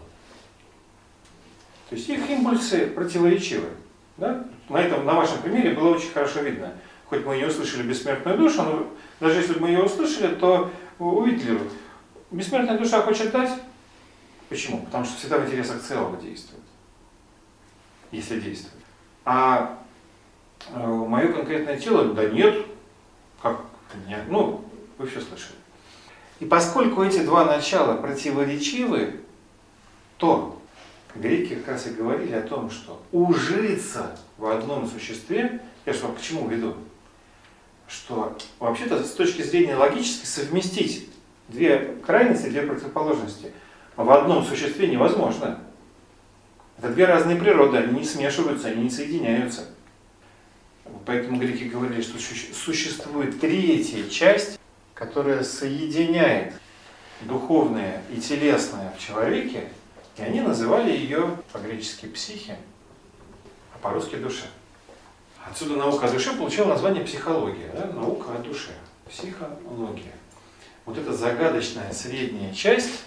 То есть их импульсы противоречивы. Да? На вашем примере было очень хорошо видно. Хоть мы не услышали бессмертную душу, но даже если бы мы ее услышали, то увидели. Бессмертная душа хочет дать. Почему? Потому что всегда в интересах целого действует. Если действует. А мое конкретное тело, да нет. Как? Нет. Ну, вы все слышали. И поскольку эти два начала противоречивы, то греки как раз и говорили о том, что ужиться в одном существе, я же вам к чему веду, что вообще-то с точки зрения логической совместить две крайности, две противоположности в одном существе невозможно. Это две разные природы, они не смешиваются, они не соединяются. Поэтому греки говорили, что существует третья часть, которая соединяет духовное и телесное в человеке, и они называли ее по-гречески психи, а по-русски душа. Отсюда наука о душе получила название психология, да? Наука о душе, психология. Вот эта загадочная средняя часть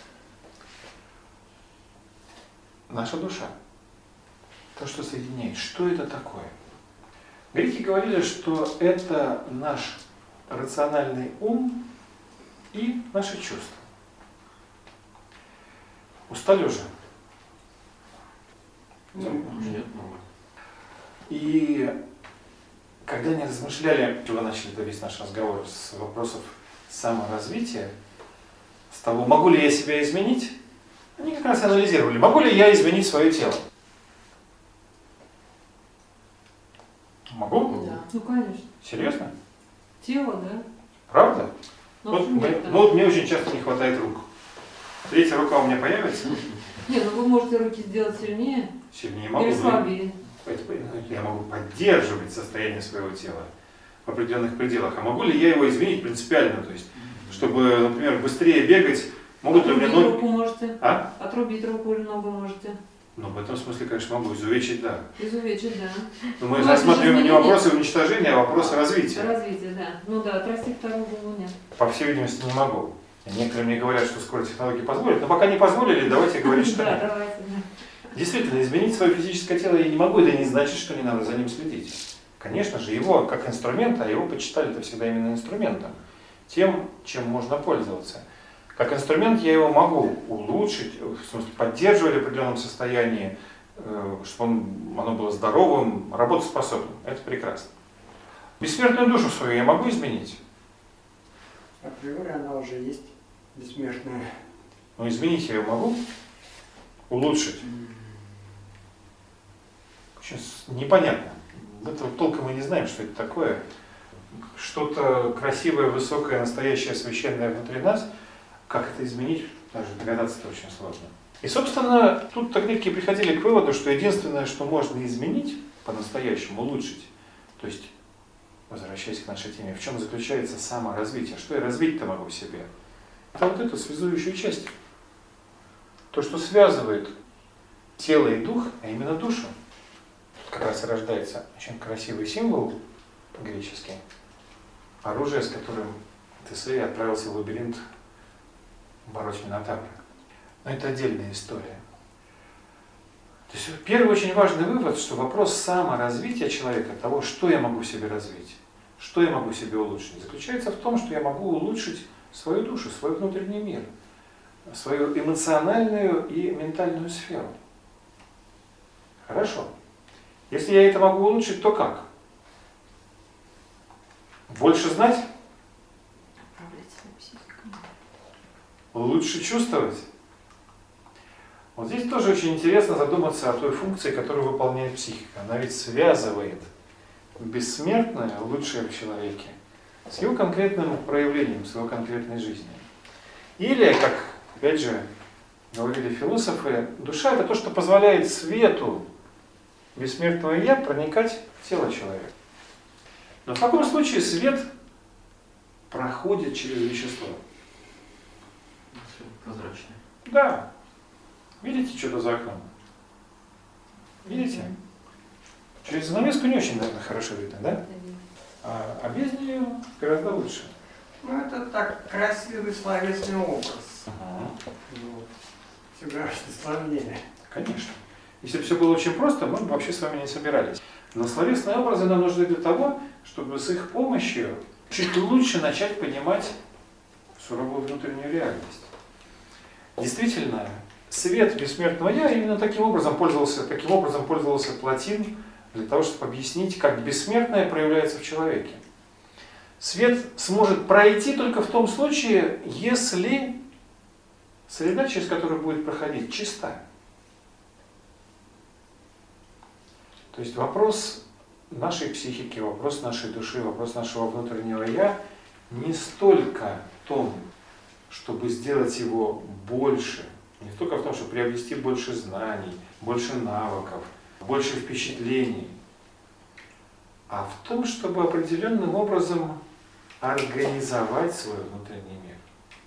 – наша душа. То, что соединяет. Что это такое? Греки говорили, что это наш рациональный ум и наши чувства. Устали уже? Нет, нормально. И когда они размышляли, чего начали весь наш разговор с вопросов саморазвития, с того, могу ли я себя изменить, они как раз анализировали, могу ли я изменить свое тело. Могу? Да. Ну, конечно. Серьезно? Тело, да. Правда? Ну, Вот мне очень часто не хватает рук. Третья рука у меня появится? Не, ну вы можете руки сделать сильнее. Сильнее могу. Или слабее. Я могу поддерживать состояние своего тела в определенных пределах. А могу ли я его изменить принципиально? То есть, чтобы, например, быстрее бегать, могут ли у меня ноги... руку можете. А? Отрубить руку или ногу можете. Ну, в этом смысле, конечно, могу. Изувечить, да. Изувечить, да. Но мы рассматриваем не вопросы уничтожения, а вопросы развития. Развитие, да. Ну да, отрастить вторую голову нет. По всей видимости, не могу. Некоторые мне говорят, что скоро технологии позволят, но пока не позволили, давайте говорить, что нет. Да, давайте. Действительно, изменить свое физическое тело я не могу, это не значит, что не надо за ним следить. Конечно же, его как инструмент, а его почитали-то всегда именно инструментом, тем, чем можно пользоваться. Как инструмент я его могу улучшить, в смысле поддерживать в определенном состоянии, чтобы оно было здоровым, работоспособным. Это прекрасно. Бессмертную душу свою я могу изменить? Априори она уже есть бессмертная. Но изменить я ее могу? Улучшить? Очень непонятно. Это толком мы не знаем, что это такое. Что-то красивое, высокое, настоящее, священное внутри нас. Как это изменить, даже догадаться-то очень сложно. И, собственно, тут техники приходили к выводу, что единственное, что можно изменить по-настоящему, улучшить, то есть, возвращаясь к нашей теме, в чем заключается саморазвитие, что я развить-то могу в себе? Это вот эту связующую часть. То, что связывает тело и дух, а именно душу. Тут как раз и рождается очень красивый символ по-гречески. Оружие, с которым Тесей отправился в лабиринт бороть Минотавра. Но это отдельная история. То есть первый очень важный вывод, что вопрос саморазвития человека, того, что я могу в себе развить, что я могу в себе улучшить, заключается в том, что я могу улучшить свою душу, свой внутренний мир, свою эмоциональную и ментальную сферу. Хорошо. Если я это могу улучшить, то как? Больше знать? Лучше чувствовать? Вот здесь тоже очень интересно задуматься о той функции, которую выполняет психика. Она ведь связывает бессмертное, лучшее в человеке, с его конкретным проявлением, с его конкретной жизнью. Или, как, опять же, говорили философы, душа – это то, что позволяет свету бессмертного «я» проникать в тело человека. Но в каком случае свет проходит через вещество? Прозрачный. Да. Видите что-то за окном? Видите? Через занавеску не очень, наверное, хорошо видно, да? А без нее гораздо лучше. Ну, это так, красивый словесный образ. Вот. Всегдашнее сложнее. Конечно. Если бы все было очень просто, мы бы вообще с вами не собирались. Но словесные образы нам нужны для того, чтобы с их помощью чуть лучше начать понимать суровую внутреннюю реальность. Действительно, свет бессмертного «я» именно таким образом пользовался Платин для того, чтобы объяснить, как бессмертное проявляется в человеке. Свет сможет пройти только в том случае, если среда, через которую будет проходить, чиста. То есть вопрос нашей психики, вопрос нашей души, вопрос нашего внутреннего «я» не столько в том, чтобы сделать его больше, не только в том, чтобы приобрести больше знаний, больше навыков, больше впечатлений, а в том, чтобы определенным образом организовать свой внутренний мир.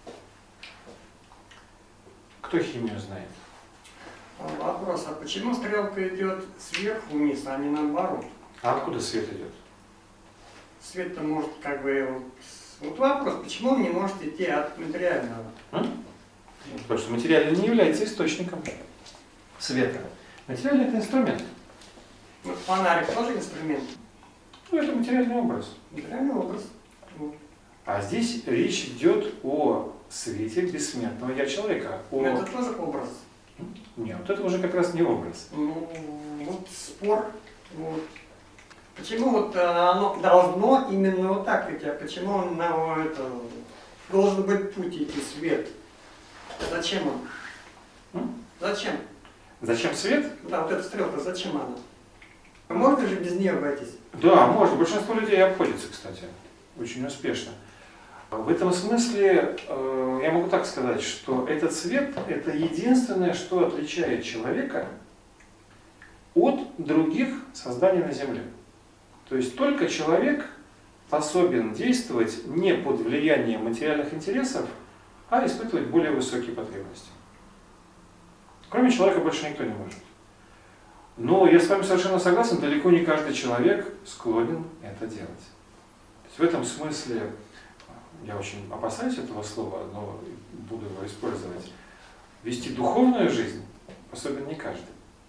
Кто химию знает? Вопрос, а почему стрелка идет сверху вниз, а не наоборот? А откуда свет идет? Свет-то может как бы... Вот вопрос, почему он не может идти от материального? Потому что материальный не является источником света. Материальный – это инструмент. Ну, фонарик тоже инструмент. Ну, это материальный образ. Материальный образ. А здесь речь идет о свете бессмертного «я» человека. Это тоже образ. Нет, вот это уже как раз не образ. Ну, вот спор. Вот. Почему вот оно должно именно вот так идти, а почему он должен быть путь идти, свет? Зачем он? Зачем? Зачем свет? Да, вот эта стрелка, зачем она? Можно же без нее обойтись? Да, можно. Большинство людей обходится, кстати, очень успешно. В этом смысле я могу так сказать, что этот свет – это единственное, что отличает человека от других созданий на Земле. То есть только человек способен действовать не под влиянием материальных интересов, а испытывать более высокие потребности. Кроме человека больше никто не может. Но я с вами совершенно согласен, далеко не каждый человек склонен это делать. То есть в этом смысле, я очень опасаюсь этого слова, но буду его использовать, вести духовную жизнь способен не каждый.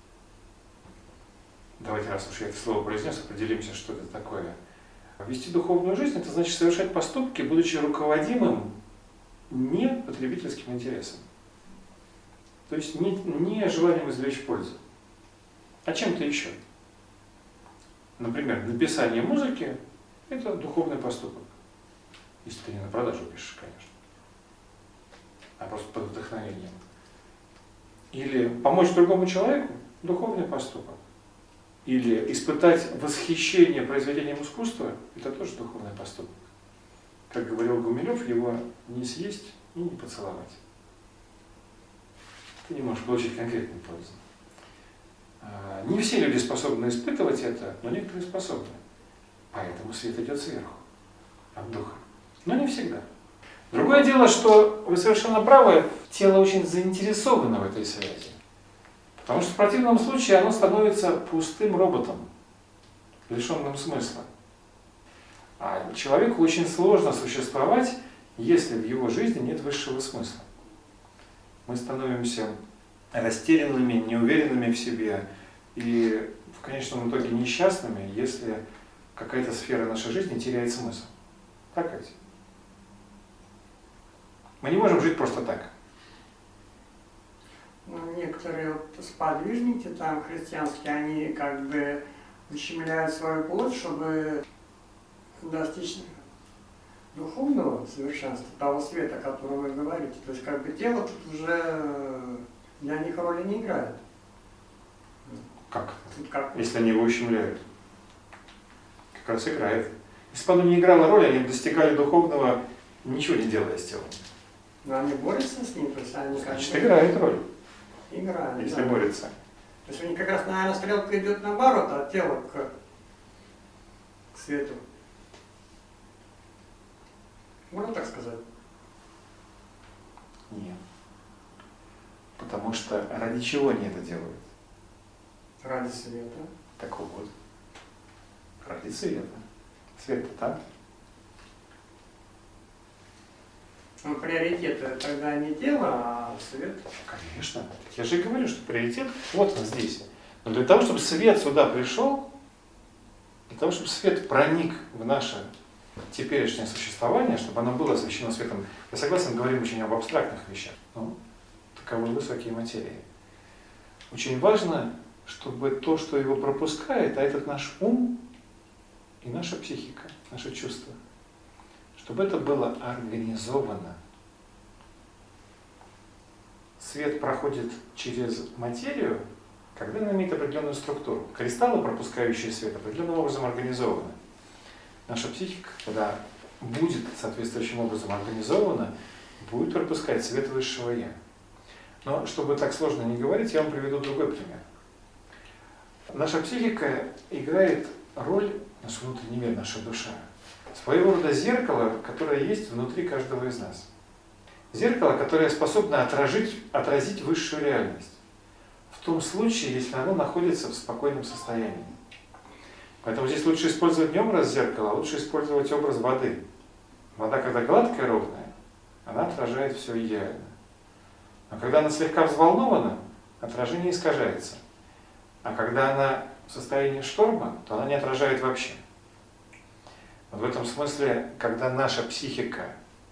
Давайте, раз уж я это слово произнес, определимся, что это такое. Вести духовную жизнь – это значит совершать поступки, будучи руководимым не потребительским интересам. То есть не желанием извлечь пользу, а чем-то еще. Например, написание музыки – это духовный поступок. Если ты не на продажу пишешь, конечно, а просто под вдохновением. Или помочь другому человеку – духовный поступок. Или испытать восхищение произведением искусства – это тоже духовный поступок. Как говорил Гумилев, его не съесть и не поцеловать. Ты не можешь получить конкретную пользу. Не все люди способны испытывать это, но некоторые способны. Поэтому свет идет сверху, от духа. Но не всегда. Другое дело, что вы совершенно правы, тело очень заинтересовано в этой связи. Потому что в противном случае оно становится пустым роботом, лишенным смысла. А человеку очень сложно существовать, если в его жизни нет высшего смысла. Мы становимся растерянными, неуверенными в себе и в конечном итоге несчастными, если какая-то сфера нашей жизни теряет смысл. Так ведь? Мы не можем жить просто так. Ну, некоторые вот сподвижники там христианские, они как бы ущемляют свою плоть, чтобы достичь духовного совершенства, того света, о котором вы говорите. То есть как бы тело тут уже для них роли не играет. Как? Тут как? Если они его ущемляют? Как раз играет. Если бы оно не играло роли, они достигали духовного, ничего не делая с телом. Но они борются с ним, то есть они Значит, играет роль. играют. Если Да. борются. То есть у них как раз, наверное, стрелка идет наоборот, от тела к свету. Можно так сказать? Нет. Потому что ради чего они это делают? Ради света. Так вот. Ради света. Свет-то там. Но приоритеты тогда не тело, а свет. Конечно. Я же и говорю, что приоритет вот он здесь. Но для того, чтобы свет сюда пришел, для того, чтобы свет проник в наше теперешнее существование, чтобы оно было освещено светом, я согласен, говорим очень об абстрактных вещах, но таковы высокие материи. Очень важно, чтобы то, что его пропускает, а этот наш ум и наша психика, наши чувства, чтобы это было организовано. Свет проходит через материю, когда она имеет определенную структуру. Кристаллы, пропускающие свет, определенным образом организованы. Наша психика, когда будет соответствующим образом организована, будет пропускать свет высшего Я. Но чтобы так сложно не говорить, я вам приведу другой пример. Наша психика играет роль, наш внутренний мир, наша душа, своего рода зеркало, которое есть внутри каждого из нас. Зеркало, которое способно отразить высшую реальность. В том случае, если оно находится в спокойном состоянии. Поэтому здесь лучше использовать не образ зеркала, а лучше использовать образ воды. Вода, когда гладкая, ровная, она отражает все идеально. Но когда она слегка взволнована, отражение искажается. А когда она в состоянии шторма, то она не отражает вообще. Вот в этом смысле, когда наша психика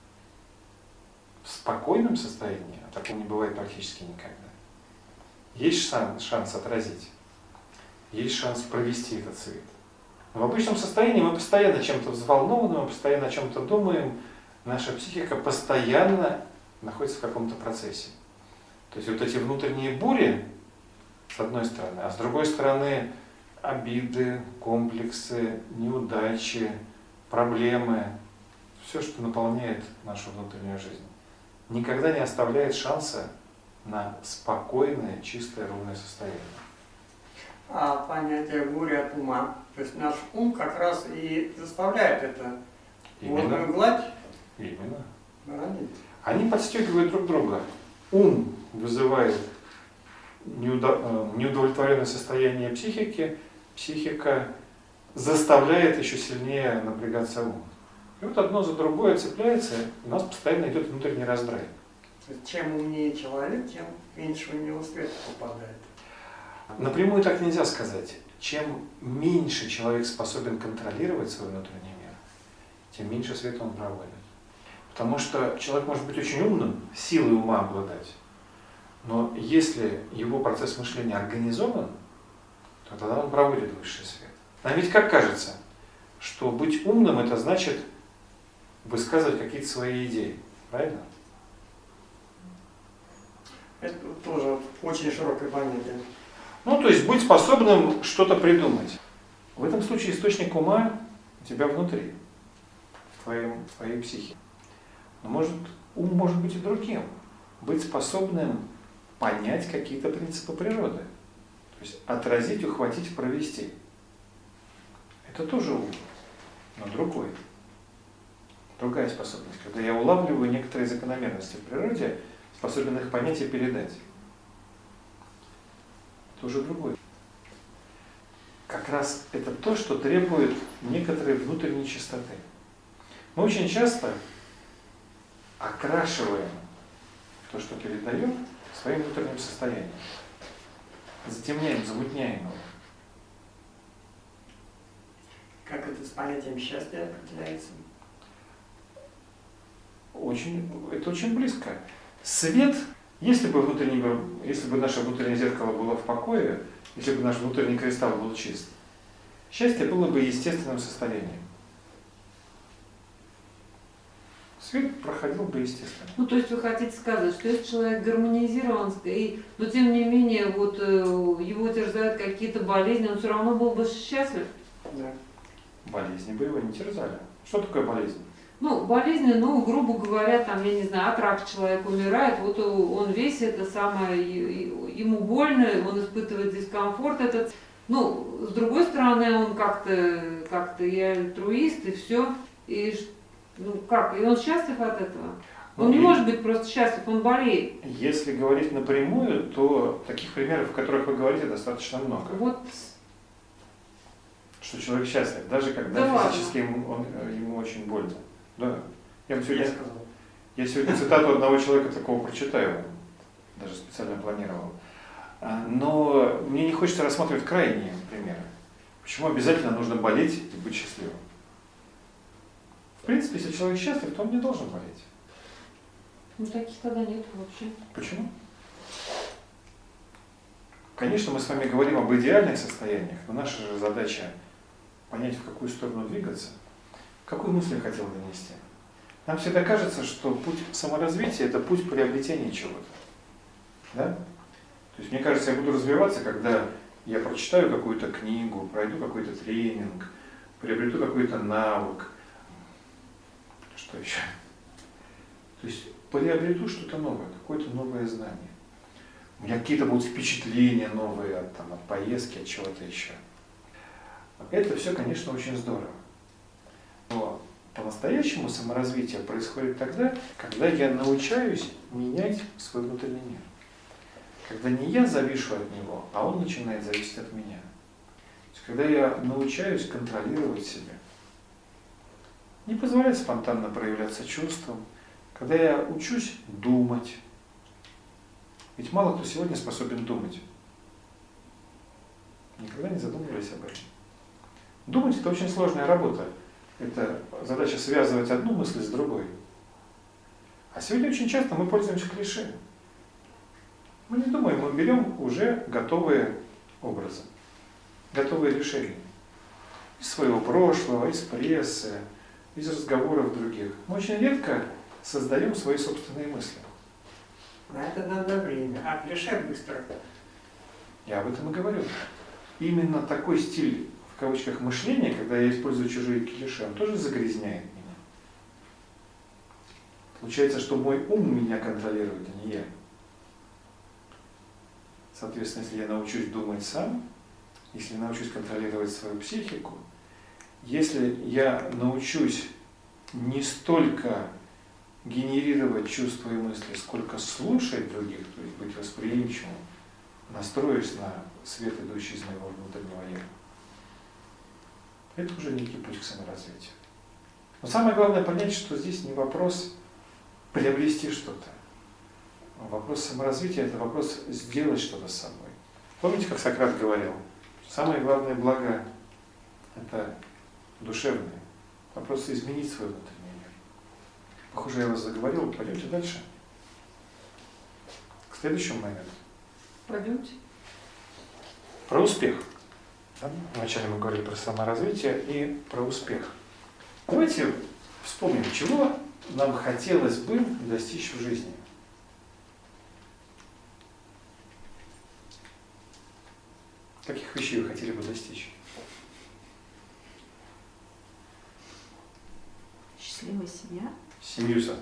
в спокойном состоянии, а такого не бывает практически никогда, есть шанс отразить, есть шанс провести этот свет. Но в обычном состоянии мы постоянно чем-то взволнованы, мы постоянно о чем-то думаем, наша психика постоянно находится в каком-то процессе. То есть вот эти внутренние бури, с одной стороны, а с другой стороны обиды, комплексы, неудачи, проблемы, все, что наполняет нашу внутреннюю жизнь, никогда не оставляет шанса на спокойное, чистое, ровное состояние. А понятие буря от ума, то есть наш ум как раз и заставляет это водную гладь Именно. родить. Они подстегивают друг друга. Ум вызывает неудовлетворенное состояние психики, психика заставляет еще сильнее напрягаться ум. И вот одно за другое цепляется, и у нас постоянно идет внутренний раздрай. То есть чем умнее человек, тем меньше у него света попадает. Напрямую так нельзя сказать. Чем меньше человек способен контролировать свой внутренний мир, тем меньше света он проводит. Потому что человек может быть очень умным, силой ума обладать, но если его процесс мышления организован, то тогда он проводит высший свет. Нам ведь как кажется, что быть умным — это значит высказывать какие-то свои идеи, правильно? Это тоже вот очень широкое понятие. Ну, то есть быть способным что-то придумать. В этом случае источник ума у тебя внутри, в твоей психике. Но ум может быть и другим. Быть способным понять какие-то принципы природы. То есть отразить, ухватить, провести. Это тоже ум, но другой. Другая способность. Когда я улавливаю некоторые закономерности в природе, способен их понять и передать. Это уже другой. Как раз это то, что требует некоторой внутренней чистоты. Мы очень часто окрашиваем то, что передаем, своим внутренним состоянием. Затемняем, замутняем его. Как это с понятием счастья определяется? Это очень близко. Свет, если бы наше внутреннее зеркало было в покое, если бы наш внутренний кристалл был чист, счастье было бы естественным состоянием. Свет проходил бы естественно. Ну, то есть вы хотите сказать, что если человек гармонизирован, но тем не менее вот его терзают какие-то болезни, он все равно был бы счастлив? Да. Болезни бы его не терзали. Что такое болезнь? Ну, болезни, грубо говоря, там, я не знаю, от рака человек умирает, вот он весь это самое, ему больно, он испытывает дискомфорт этот. Ну, с другой стороны, он как-то и альтруист, и все. И он счастлив от этого? Он не может быть просто счастлив, он болеет. Если говорить напрямую, то таких примеров, о которых вы говорите, достаточно много. Вот. Что человек счастлив, даже когда физически ему очень больно. Да. Я сегодня цитату одного человека такого прочитаю, даже специально планировал. Но мне не хочется рассматривать крайние примеры. Почему обязательно нужно болеть и быть счастливым? В принципе, если человек счастлив, то он не должен болеть. Ну, таких тогда нет вообще. Почему? Конечно, мы с вами говорим об идеальных состояниях, но наша же задача понять, в какую сторону двигаться. Какую мысль я хотел донести? Нам всегда кажется, что путь саморазвития – это путь приобретения чего-то. Да? То есть мне кажется, я буду развиваться, когда я прочитаю какую-то книгу, пройду какой-то тренинг, приобрету какой-то навык. Что еще? То есть приобрету что-то новое, какое-то новое знание. У меня какие-то будут впечатления новые от поездки, от чего-то еще. Это все, конечно, очень здорово. Но по-настоящему саморазвитие происходит тогда, когда я научаюсь менять свой внутренний мир. Когда не я завишу от него, а он начинает зависеть от меня. То есть, когда я научаюсь контролировать себя, не позволять спонтанно проявляться чувствам, когда я учусь думать. Ведь мало кто сегодня способен думать. Никогда не задумывались об этом. Думать – это очень сложная работа. Это задача связывать одну мысль с другой. А сегодня очень часто мы пользуемся клише. Мы не думаем, мы берем уже готовые образы, готовые решения. Из своего прошлого, из прессы, из разговоров других. Мы очень редко создаем свои собственные мысли. На это надо время, а клише быстро. Я об этом и говорю. Именно такой стиль, в кавычках, мышления, когда я использую чужие клише, он тоже загрязняет меня. Получается, что мой ум меня контролирует, а не я. Соответственно, если я научусь думать сам, если я научусь контролировать свою психику, если я научусь не столько генерировать чувства и мысли, сколько слушать других, то есть быть восприимчивым, настроюсь на свет, идущий из моего внутреннего я. Это уже некий путь к саморазвитию. Но самое главное понять, что здесь не вопрос приобрести что-то. Вопрос саморазвития – это вопрос сделать что-то с собой. Помните, как Сократ говорил, самое главное благо – это душевное. Вопрос изменить свой внутренний мир. Похоже, я вас заговорил. Пойдемте дальше. К следующему моменту. Пойдемте. Про успех. Да? Вначале мы говорили про саморазвитие и про успех. Давайте вспомним, чего нам хотелось бы достичь в жизни. Каких вещей вы хотели бы достичь? Счастливая семья. Семью создать.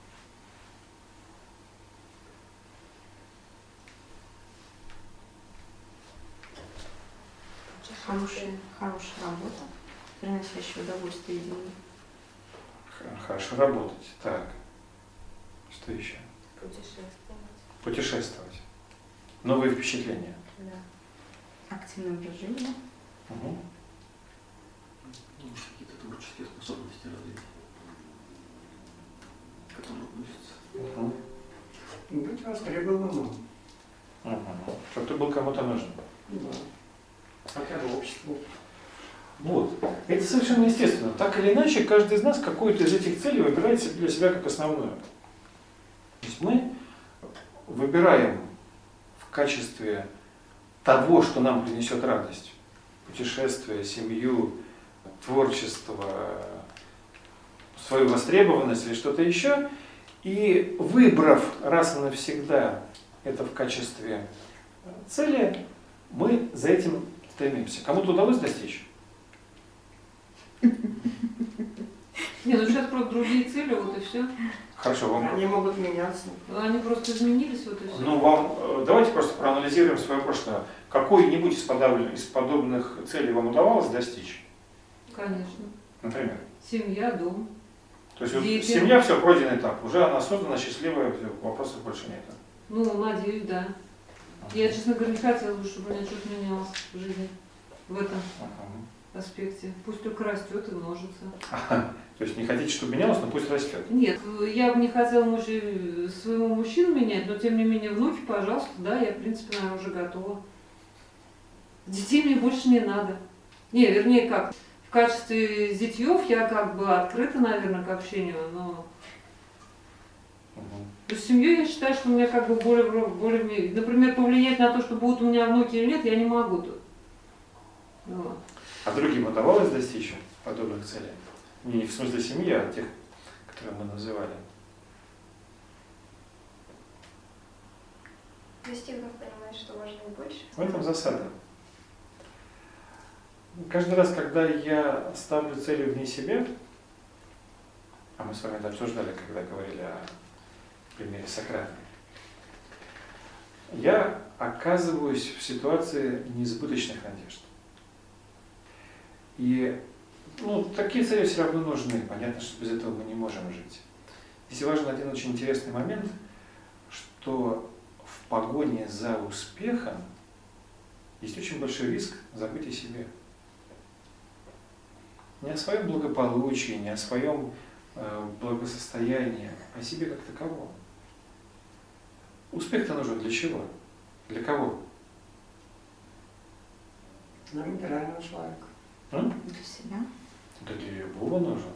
Хорошая работа, приносящая удовольствие и деньги. Хорошо работать. Так. Что еще? Путешествовать. Путешествовать. Новые впечатления. Да. Активный образ жизни. Угу. Может, какие-то творческие способности развить, которые относятся. Угу. Быть востребованным. Угу. Чтобы ты был кому-то нужен. Да. Хотя бы обществу. Вот. Это совершенно естественно. Так или иначе, каждый из нас какую-то из этих целей выбирает для себя как основную. То есть мы выбираем в качестве того, что нам принесет радость, путешествие, семью, творчество, свою востребованность или что-то еще, и выбрав раз и навсегда это в качестве цели, мы за этим стремимся. Кому-то удалось достичь? Не, ну сейчас просто другие цели, вот и все. Хорошо, вам... Они могут меняться. Они просто изменились, вот и все. Ну, вам, давайте просто проанализируем свое прошлое. Какой-нибудь из подобных целей вам удавалось достичь? Конечно. Например? Семья, дом. То есть вот Дети. семья, все, пройденный этап. Уже она создана, счастливая, все, вопросов больше нет. Ну, надеюсь, да. Я, честно говоря, не хотела бы, чтобы у меня что-то менялось в жизни в этом аспекте. Пусть только растет и множится. То есть не хотите, чтобы менялось, но пусть растет. Нет, я бы не хотела своего мужчину менять, но тем не менее внуки, пожалуйста, да, я в принципе, наверное, уже готова. Детей мне больше не надо. Не, вернее как, в качестве зятьев я как бы открыта, наверное, к общению, но... То есть семью я считаю, что у меня как бы более... Например, повлиять на то, что будут у меня внуки или нет, я не могу тут. Вот. А другим удавалось достичь подобных целей? Не в смысле семьи, а тех, которые мы называли. Достигнув, понимать, что можно и больше. В этом засада. Каждый раз, когда я ставлю цели вне себя, а мы с вами это обсуждали, когда говорили о примере Сократа, я оказываюсь в ситуации несбыточных надежд. И такие цели все равно нужны. Понятно, что без этого мы не можем жить. Здесь важен один очень интересный момент, что в погоне за успехом есть очень большой риск забыть о себе. Не о своем благополучии, не о своем благосостоянии, а о себе как таковом. Успех-то нужен для чего? Для кого? Для материального человека. Для себя. Да для любого нужен.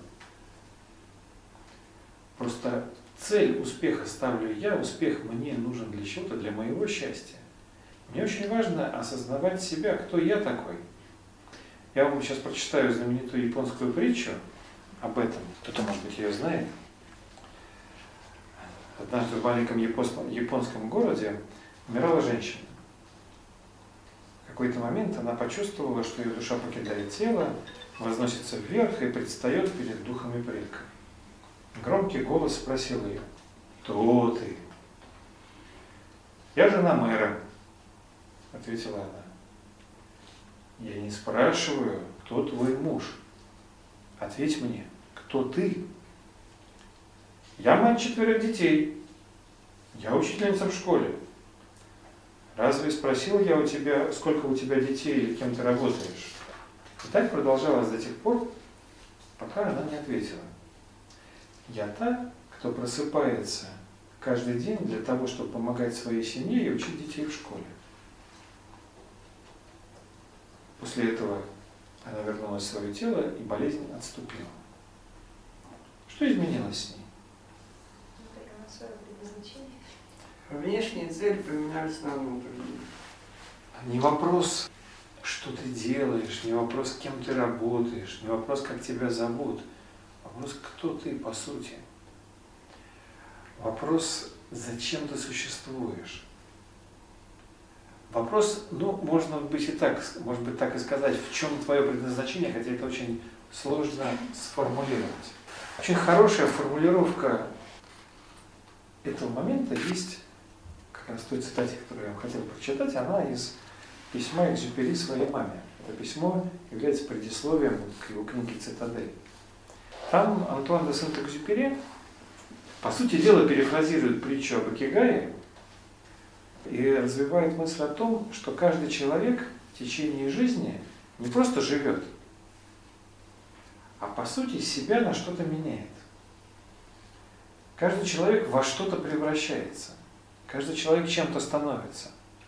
Просто цель успеха ставлю я, успех мне нужен для чего-то, для моего счастья. Мне очень важно осознавать себя, кто я такой. Я вам сейчас прочитаю знаменитую японскую притчу об этом. Кто-то, может быть, ее знает. Однажды в маленьком японском городе умирала женщина. В какой-то момент она почувствовала, что ее душа покидает тело, возносится вверх и предстает перед духами предков. Громкий голос спросил ее: «Кто ты?» «Я жена мэра», — ответила она. «Я не спрашиваю, кто твой муж. Ответь мне, кто ты?» «Я мать 4 детей. Я учительница в школе. Разве спросил я у тебя, сколько у тебя детей или кем ты работаешь?» И так продолжалось до тех пор, пока она не ответила. «Я та, кто просыпается каждый день для того, чтобы помогать своей семье и учить детей в школе». После этого она вернулась в свое тело, и болезнь отступила. Что изменилось с ней? предназначение? Внешние цели поменялись на внутренние. Не вопрос, что ты делаешь, не вопрос, кем ты работаешь, не вопрос, как тебя зовут. Вопрос, кто ты по сути. Вопрос, зачем ты существуешь. Вопрос, можно быть и так, может быть так и сказать, в чем твое предназначение, хотя это очень сложно сформулировать. Очень хорошая формулировка этого момента есть, как раз в той цитате, которую я вам хотел прочитать, она из письма Экзюпери своей маме. Это письмо является предисловием к его книге «Цитадель». Там Антуан де Сент-Экзюпери, по сути дела, перефразирует притчу об икигае и развивает мысль о том, что каждый человек в течение жизни не просто живет, а по сути себя на что-то меняет. Каждый человек во что-то превращается. Каждый человек чем-то становится.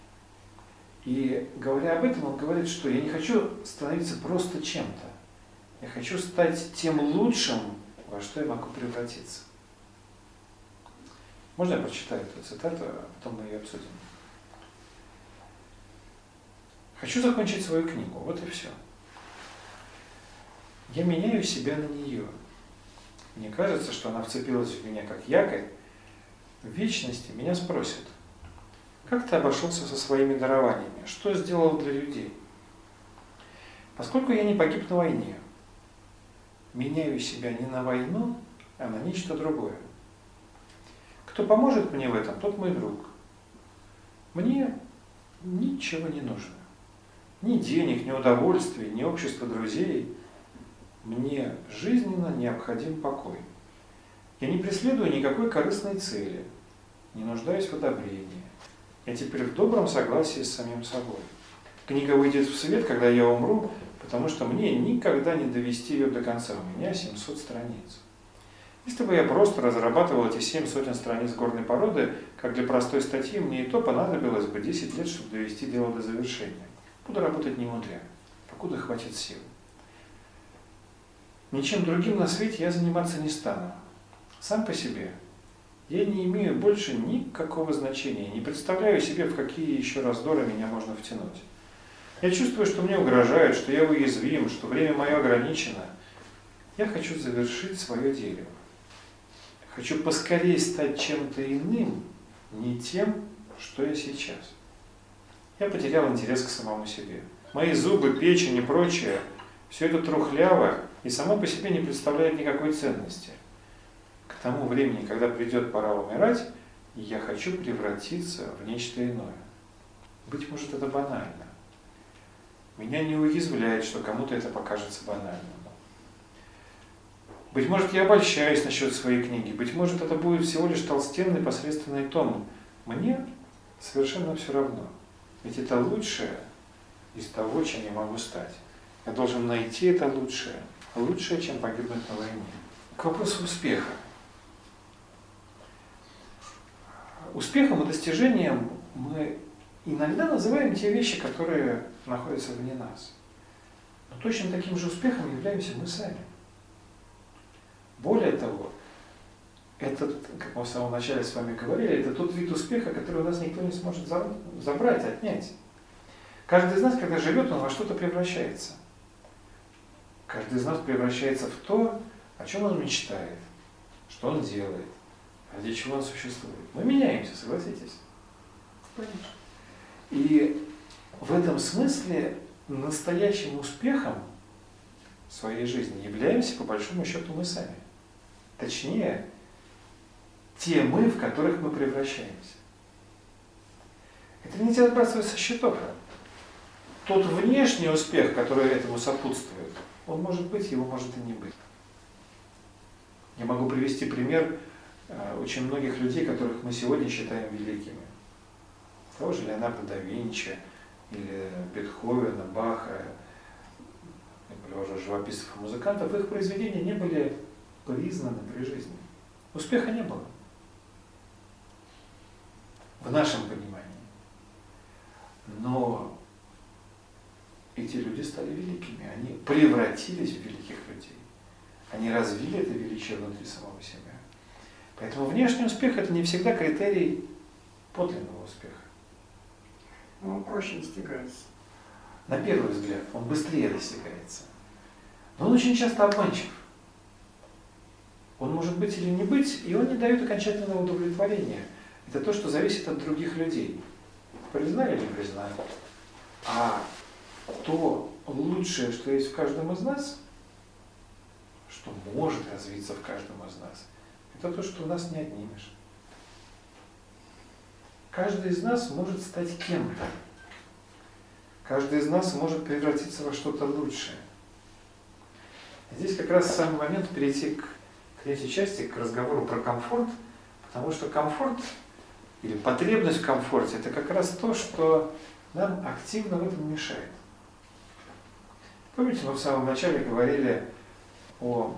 И говоря об этом, он говорит, что я не хочу становиться просто чем-то. Я хочу стать тем лучшим, во что я могу превратиться. Можно я прочитаю эту цитату, а потом мы ее обсудим? Хочу закончить свою книгу, вот и все. Я меняю себя на нее. Мне кажется, что она вцепилась в меня как якорь. В вечности меня спросят, как ты обошелся со своими дарованиями, что сделал для людей? Поскольку я не погиб на войне, меняю себя не на войну, а на нечто другое. Кто поможет мне в этом, тот мой друг. Мне ничего не нужно. Ни денег, ни удовольствий, ни общества друзей. Мне жизненно необходим покой. Я не преследую никакой корыстной цели, не нуждаюсь в одобрении. Я теперь в добром согласии с самим собой. Книга выйдет в свет, когда я умру, потому что мне никогда не довести ее до конца. У меня 700 страниц. Если бы я просто разрабатывал эти 7 сотен страниц горной породы, как для простой статьи, мне и то понадобилось бы 10 лет, чтобы довести дело до завершения. Буду работать не мудря, покуда хватит сил. Ничем другим на свете я заниматься не стану. Сам по себе я не имею больше никакого значения, не представляю себе, в какие еще раздоры меня можно втянуть. Я чувствую, что мне угрожают, что я уязвим, что время мое ограничено. Я хочу завершить свое дерево. Хочу поскорее стать чем-то иным, не тем, что я сейчас. Я потерял интерес к самому себе. Мои зубы, печень и прочее, все это трухляво и само по себе не представляет никакой ценности. К тому времени, когда придет пора умирать, я хочу превратиться в нечто иное. Быть может, это банально. Меня не уязвляет, что кому-то это покажется банальным. Быть может, я обольщаюсь насчет своей книги. Быть может, это будет всего лишь толстенный посредственный том. Мне совершенно все равно. Ведь это лучшее из того, чем я могу стать. Я должен найти это лучшее. Лучшее, чем погибнуть на войне. К вопросу успеха. Успехом и достижением мы иногда называем те вещи, которые находятся вне нас. Но точно таким же успехом являемся мы сами. Более того, этот, как мы в самом начале с вами говорили, это тот вид успеха, который у нас никто не сможет забрать, отнять. Каждый из нас, когда живет, он во что-то превращается. Каждый из нас превращается в то, о чем он мечтает, что он делает, ради чего он существует. Мы меняемся, согласитесь? Конечно. И в этом смысле настоящим успехом в своей жизни являемся, по большому счету, мы сами. Точнее, те мы, в которых мы превращаемся. Это нельзя сбрасывать со счетов. Тот внешний успех, который этому сопутствует, он может быть, его может и не быть. Я могу привести пример очень многих людей, которых мы сегодня считаем великими. Того же Леонардо да Винчи, или Бетховена, Баха, я привожу живописцев и музыкантов, их произведения не были признаны при жизни. Успеха не было. В нашем понимании. Но эти люди стали великими, они превратились в великих людей. Они развили это величие внутри самого себя. Поэтому внешний успех – это не всегда критерий подлинного успеха. Он проще достигается. На первый взгляд, он быстрее достигается. Но он очень часто обманчив. Он может быть или не быть, и он не дает окончательного удовлетворения. Это то, что зависит от других людей. Признали или не признали. А то лучшее, что есть в каждом из нас, что может развиться в каждом из нас, это то, что у нас не отнимешь. Каждый из нас может стать кем-то. Каждый из нас может превратиться во что-то лучшее. Здесь как раз самый момент перейти к третьей части, к разговору про комфорт, потому что комфорт или потребность в комфорте – это как раз то, что нам активно в этом мешает. Помните, мы в самом начале говорили о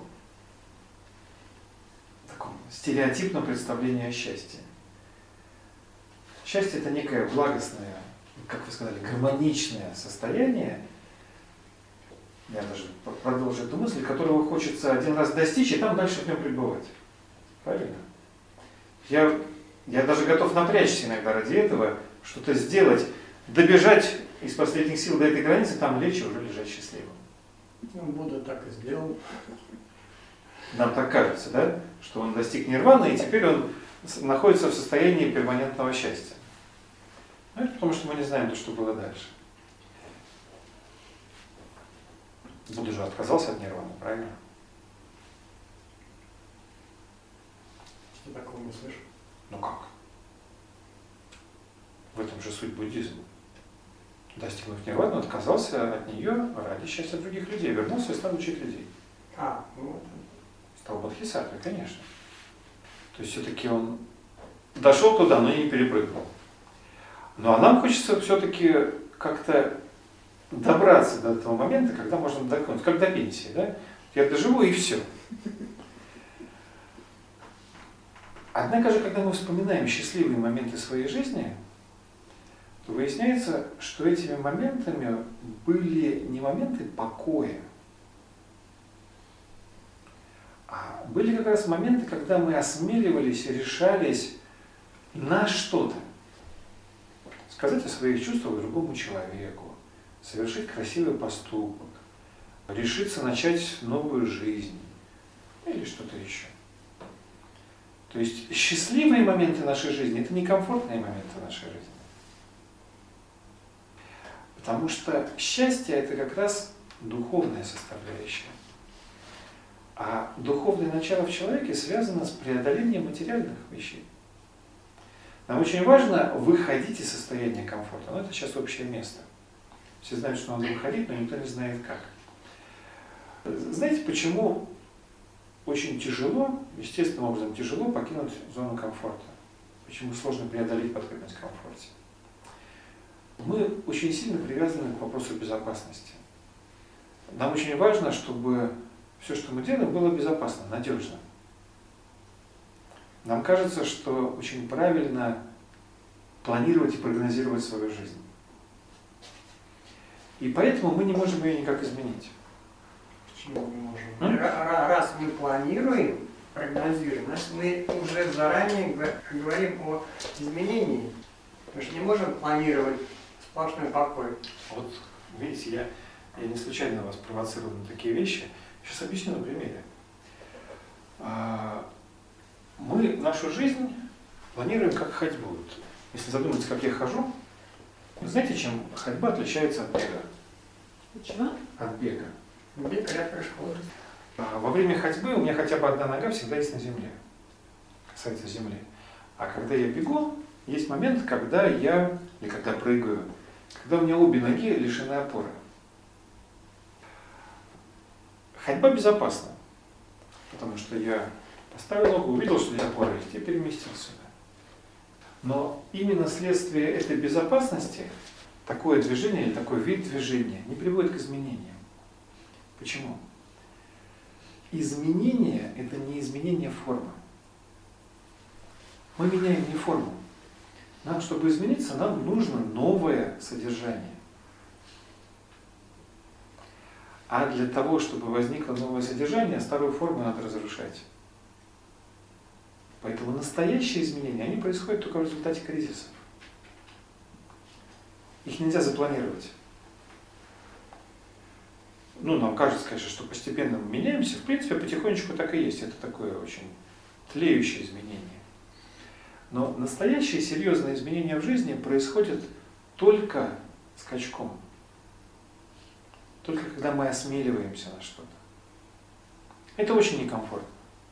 таком стереотипном представлении о счастье. Счастье – это некое благостное, как вы сказали, гармоничное состояние, я даже продолжу эту мысль, которого хочется один раз достичь и там дальше в нем пребывать. Правильно? Я даже готов напрячься иногда ради этого, что-то сделать, добежать из последних сил до этой границы, там лечь и уже лежать счастливым. Ну, Будда так и сделал. Нам так кажется, да? Что он достиг нирваны, и теперь он находится в состоянии перманентного счастья. Ну, это потому что мы не знаем то, что было дальше. Будда же отказался от нирваны, правильно? Что такого не слышу? Ну как? В этом же суть буддизма. Достигнув нирвану, отказался от нее ради счастья других людей. Вернулся и стал учить людей. Вот. Стал бодхисаттвой, конечно. То есть все-таки он дошел туда, но не перепрыгнул. Ну а нам хочется все-таки как-то добраться до этого момента, когда можно доконать, как до пенсии, да? Я доживу и все. Однако же, когда мы вспоминаем счастливые моменты своей жизни, то выясняется, что этими моментами были не моменты покоя, а были как раз моменты, когда мы осмеливались и решались на что-то. Сказать о своих чувствах другому человеку, совершить красивый поступок, решиться начать новую жизнь или что-то еще. То есть счастливые моменты нашей жизни – это не комфортные моменты нашей жизни. Потому что счастье – это как раз духовная составляющая. А духовное начало в человеке связано с преодолением материальных вещей. Нам очень важно выходить из состояния комфорта. Но это сейчас общее место. Все знают, что надо выходить, но никто не знает как. Знаете, почему очень тяжело, естественным образом тяжело покинуть зону комфорта? Почему сложно преодолеть потребность в комфорте? Мы очень сильно привязаны к вопросу безопасности. Нам очень важно, чтобы все, что мы делаем, было безопасно, надежно. Нам кажется, что очень правильно планировать и прогнозировать свою жизнь. И поэтому мы не можем ее никак изменить. Почему не можем? Раз мы планируем, прогнозируем, значит мы уже заранее говорим о изменении. Мы же не можем планировать сплошной покой. Вот, видите, я не случайно вас провоцирую на такие вещи. Сейчас объясню на примере. Мы нашу жизнь планируем как ходьбу. Если задуматься, как я хожу, вы знаете, чем ходьба отличается от бега? Чего? От бега. Бег, ряд прыжков. Во время ходьбы у меня хотя бы одна нога всегда есть на земле. Касается земли. А когда я бегу, есть момент, когда я, или когда прыгаю, когда у меня обе ноги лишены опоры. Ходьба безопасна, потому что я поставил ногу, увидел, что здесь опора есть, и переместился сюда. Но именно следствие этой безопасности, такое движение или такой вид движения не приводит к изменениям. Почему? Изменение – это не изменение формы. Мы меняем не форму. Нам, чтобы измениться, нам нужно новое содержание. А для того, чтобы возникло новое содержание, старую форму надо разрушать. Поэтому настоящие изменения, они происходят только в результате кризисов. Их нельзя запланировать. Ну, нам кажется, конечно, что постепенно мы меняемся. В принципе, потихонечку так и есть. Это такое очень тлеющее изменение. Но настоящие серьезные изменения в жизни происходят только скачком. Только когда мы осмеливаемся на что-то. Это очень некомфортно.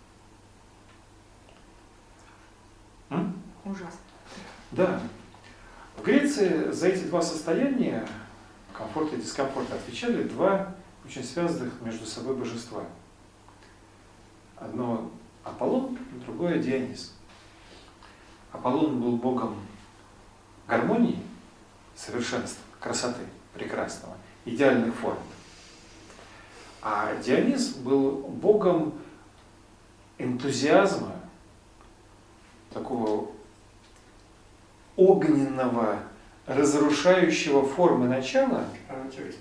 Ужасно. Да. В Греции за эти два состояния, комфорта и дискомфорта, отвечали два очень связанных между собой божества. Одно Аполлон, другое Дионис. Аполлон был богом гармонии, совершенства, красоты, прекрасного, идеальных форм. А Дионис был богом энтузиазма, такого огненного, разрушающего формы начала. Авантюрист.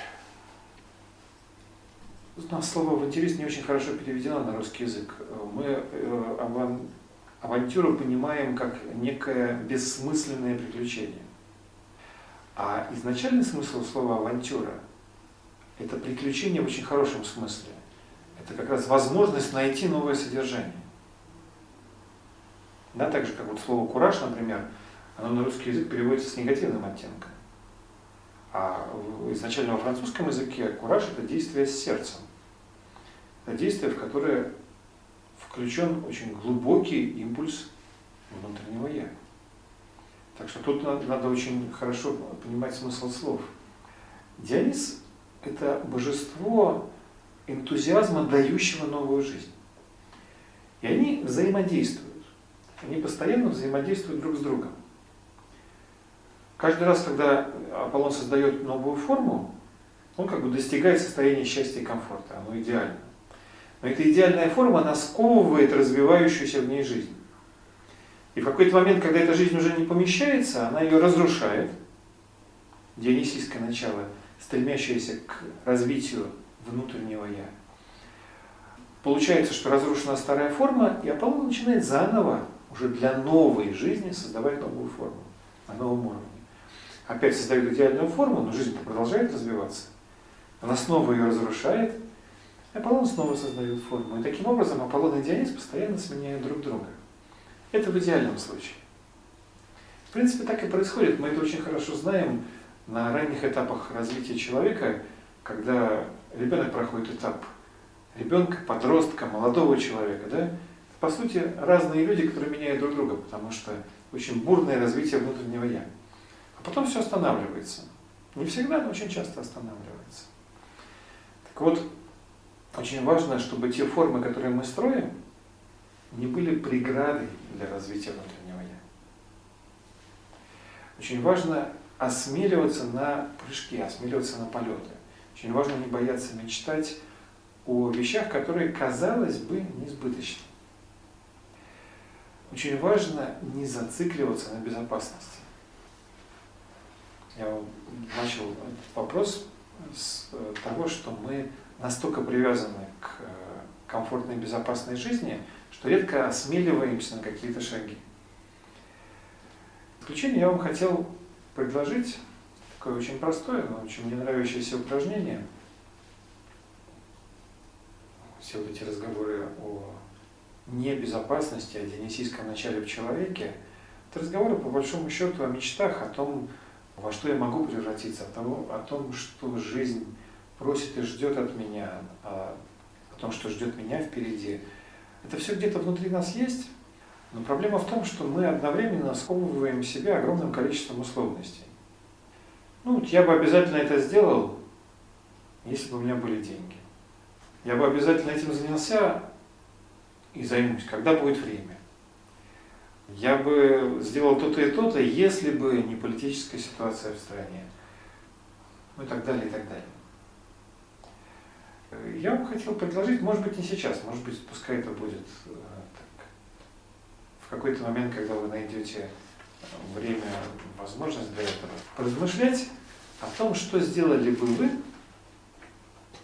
У нас слово «авантюрист» не очень хорошо переведено на русский язык. Мы авантюру понимаем как некое бессмысленное приключение. А изначальный смысл слова «авантюра» – это приключение в очень хорошем смысле. Это как раз возможность найти новое содержание. Да, так же, как вот слово «кураж», например, оно на русский язык переводится с негативным оттенком. А изначально во французском языке кураж – это действие с сердцем. Это действие, в которое включен очень глубокий импульс внутреннего «я». Так что тут надо очень хорошо понимать смысл слов. Дионис – это божество энтузиазма, дающего новую жизнь. И они взаимодействуют. Они постоянно взаимодействуют друг с другом. Каждый раз, когда Аполлон создает новую форму, он как бы достигает состояния счастья и комфорта. Оно идеально. Но эта идеальная форма, она сковывает развивающуюся в ней жизнь. И в какой-то момент, когда эта жизнь уже не помещается, она ее разрушает. Дионисийское начало, стремящееся к развитию внутреннего «я». Получается, что разрушена старая форма, и Аполлон начинает заново, уже для новой жизни, создавать новую форму на новом уровне. Опять создает идеальную форму, но жизнь продолжает развиваться. Она снова ее разрушает, и Аполлон снова создает форму. И таким образом Аполлон и Дионис постоянно сменяют друг друга. Это в идеальном случае. В принципе, так и происходит. Мы это очень хорошо знаем на ранних этапах развития человека, когда ребенок проходит этап ребенка, подростка, молодого человека. Да? По сути, разные люди, которые меняют друг друга, потому что очень бурное развитие внутреннего «я». А потом все останавливается. Не всегда, но очень часто останавливается. Так вот, очень важно, чтобы те формы, которые мы строим, не были преградой для развития внутреннего «я». Очень важно осмеливаться на прыжки, осмеливаться на полеты. Очень важно не бояться мечтать о вещах, которые, казалось бы, несбыточны. Очень важно не зацикливаться на безопасности. Я начал этот вопрос с того, что мы настолько привязаны к комфортной, безопасной жизни, что редко осмеливаемся на какие-то шаги. В заключение я вам хотел предложить такое очень простое, но очень мне нравящееся упражнение. Все вот эти разговоры о небезопасности, о дионисийском начале в человеке, это разговоры по большому счету о мечтах, о том, во что я могу превратиться, о том, что жизнь просит и ждет от меня, о том, что ждет меня впереди. Это все где-то внутри нас есть, но проблема в том, что мы одновременно сковываем себя огромным количеством условностей. Ну, вот я бы обязательно это сделал, если бы у меня были деньги. Я бы обязательно этим занялся и займусь, когда будет время. Я бы сделал то-то и то-то, если бы не политическая ситуация в стране. Ну и так далее, и так далее. Я вам хотел предложить, может быть, не сейчас, может быть, пускай это будет так, в какой-то момент, когда вы найдете время, возможность для этого, поразмышлять о том, что сделали бы вы,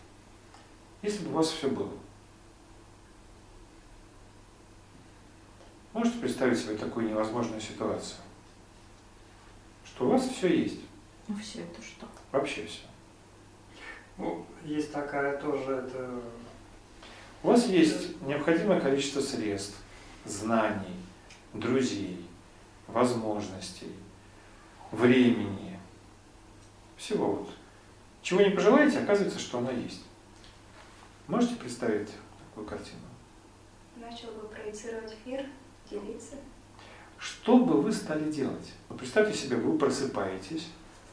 если бы у вас все было. представить себе такую невозможную ситуацию? Что у вас все есть. Ну все это что? Вообще все. Ну, есть такая тоже, это... У вас есть необходимое количество средств, знаний, друзей, возможностей, времени, всего вот. Чего не пожелаете, оказывается, что оно есть. Можете представить такую картину? Начал бы проецировать мир, делиться. Что бы вы стали делать? Вот представьте себе, вы просыпаетесь.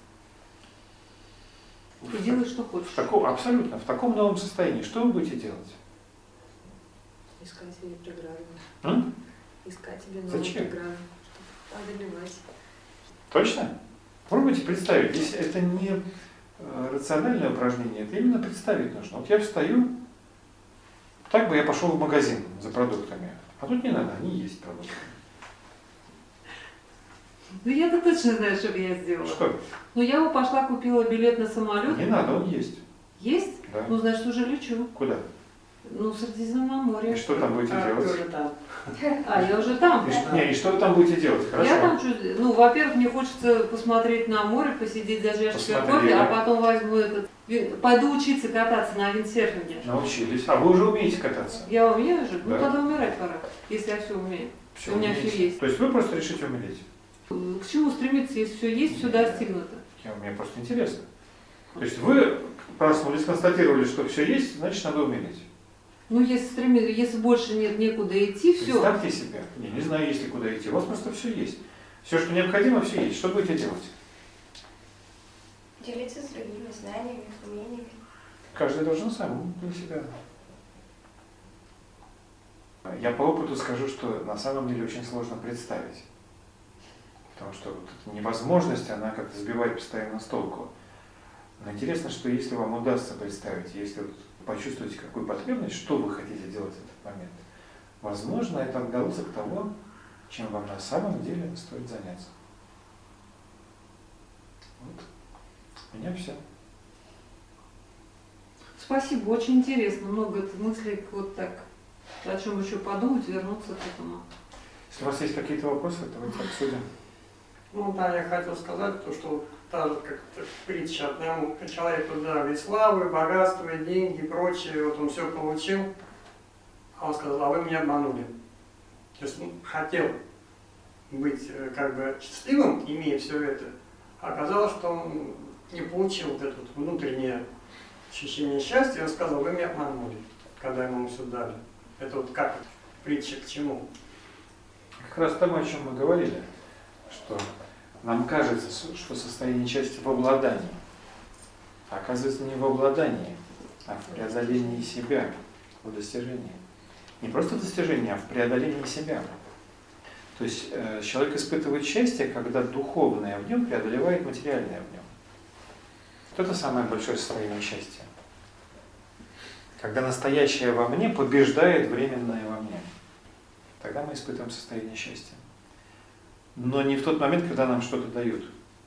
И делай, что хочешь. Абсолютно, в таком новом состоянии. Что вы будете делать? Искать себе преграды. М? Искать себе новые Зачем? преграды, чтобы одолевать. Точно? Попробуйте представить, если это не рациональное упражнение, это именно представить нужно. Вот я встаю, так бы я пошел в магазин за продуктами, а тут не надо, они есть продукты. Ну я-то точно знаю, что бы я сделала. Что? Ну я бы пошла, купила билет на самолет. Не надо, он есть. Есть? Да. Ну значит уже лечу. Куда? Ну, в Средиземноморье. И что там будете Ты делать? уже там. А, я уже там. И что вы там будете делать? Хорошо. Я там чуть, ну, во-первых, мне хочется посмотреть на море, посидеть за чашечкой Посмотрели. кофе, а потом возьму пойду учиться кататься на виндсерфинге. Научились. А вы уже умеете кататься? Я умею уже? Ну, Да. тогда умирать пора, если я все умею. Все У меня умеете. все есть. То есть вы просто решите умереть? К чему стремиться, если все есть, все достигнуто? Мне просто интересно. То есть вы проснулись, констатировали, что все есть, значит надо умереть. Ну, если стремиться, если больше нет некуда идти, все. Представьте себе. Я не знаю, есть ли куда идти. У вас просто все есть. Все, что необходимо, все есть. Что будете делать? Делиться с другими знаниями, умениями. Каждый должен сам для себя. Я по опыту скажу, что на самом деле очень сложно представить. Потому что вот эта невозможность, она как-то сбивает постоянно с толку. Но интересно, что если вам удастся представить, если вот почувствуете какую потребность, что вы хотите делать в этот момент, возможно, это отголосок того, чем вам на самом деле стоит заняться. Вот. У меня все. Спасибо, очень интересно. Много мыслей вот так. О чем еще подумать, вернуться к этому. Если у вас есть какие-то вопросы, давайте обсудим. Ну да, я хотел сказать то, что та же как-то притча одному человеку дали славы, богатство, деньги и прочее, вот он все получил, а он сказал, а вы меня обманули. То есть он хотел быть как бы счастливым, имея все это, а оказалось, что он не получил вот это вот внутреннее ощущение счастья, и он сказал, вы меня обманули, когда ему все дали. Это вот как притча к чему? Как раз тому, о чем мы говорили, что нам кажется, что состояние счастья в обладании. А оказывается, не в обладании, а в преодолении себя, в достижении. Не просто в достижении, а в преодолении себя. То есть человек испытывает счастье, когда духовное в нем преодолевает материальное в нем. Вот это самое большое состояние счастья. Когда настоящее во мне побеждает временное во мне. Тогда мы испытываем состояние счастья. Но не в тот момент, когда нам что-то дают.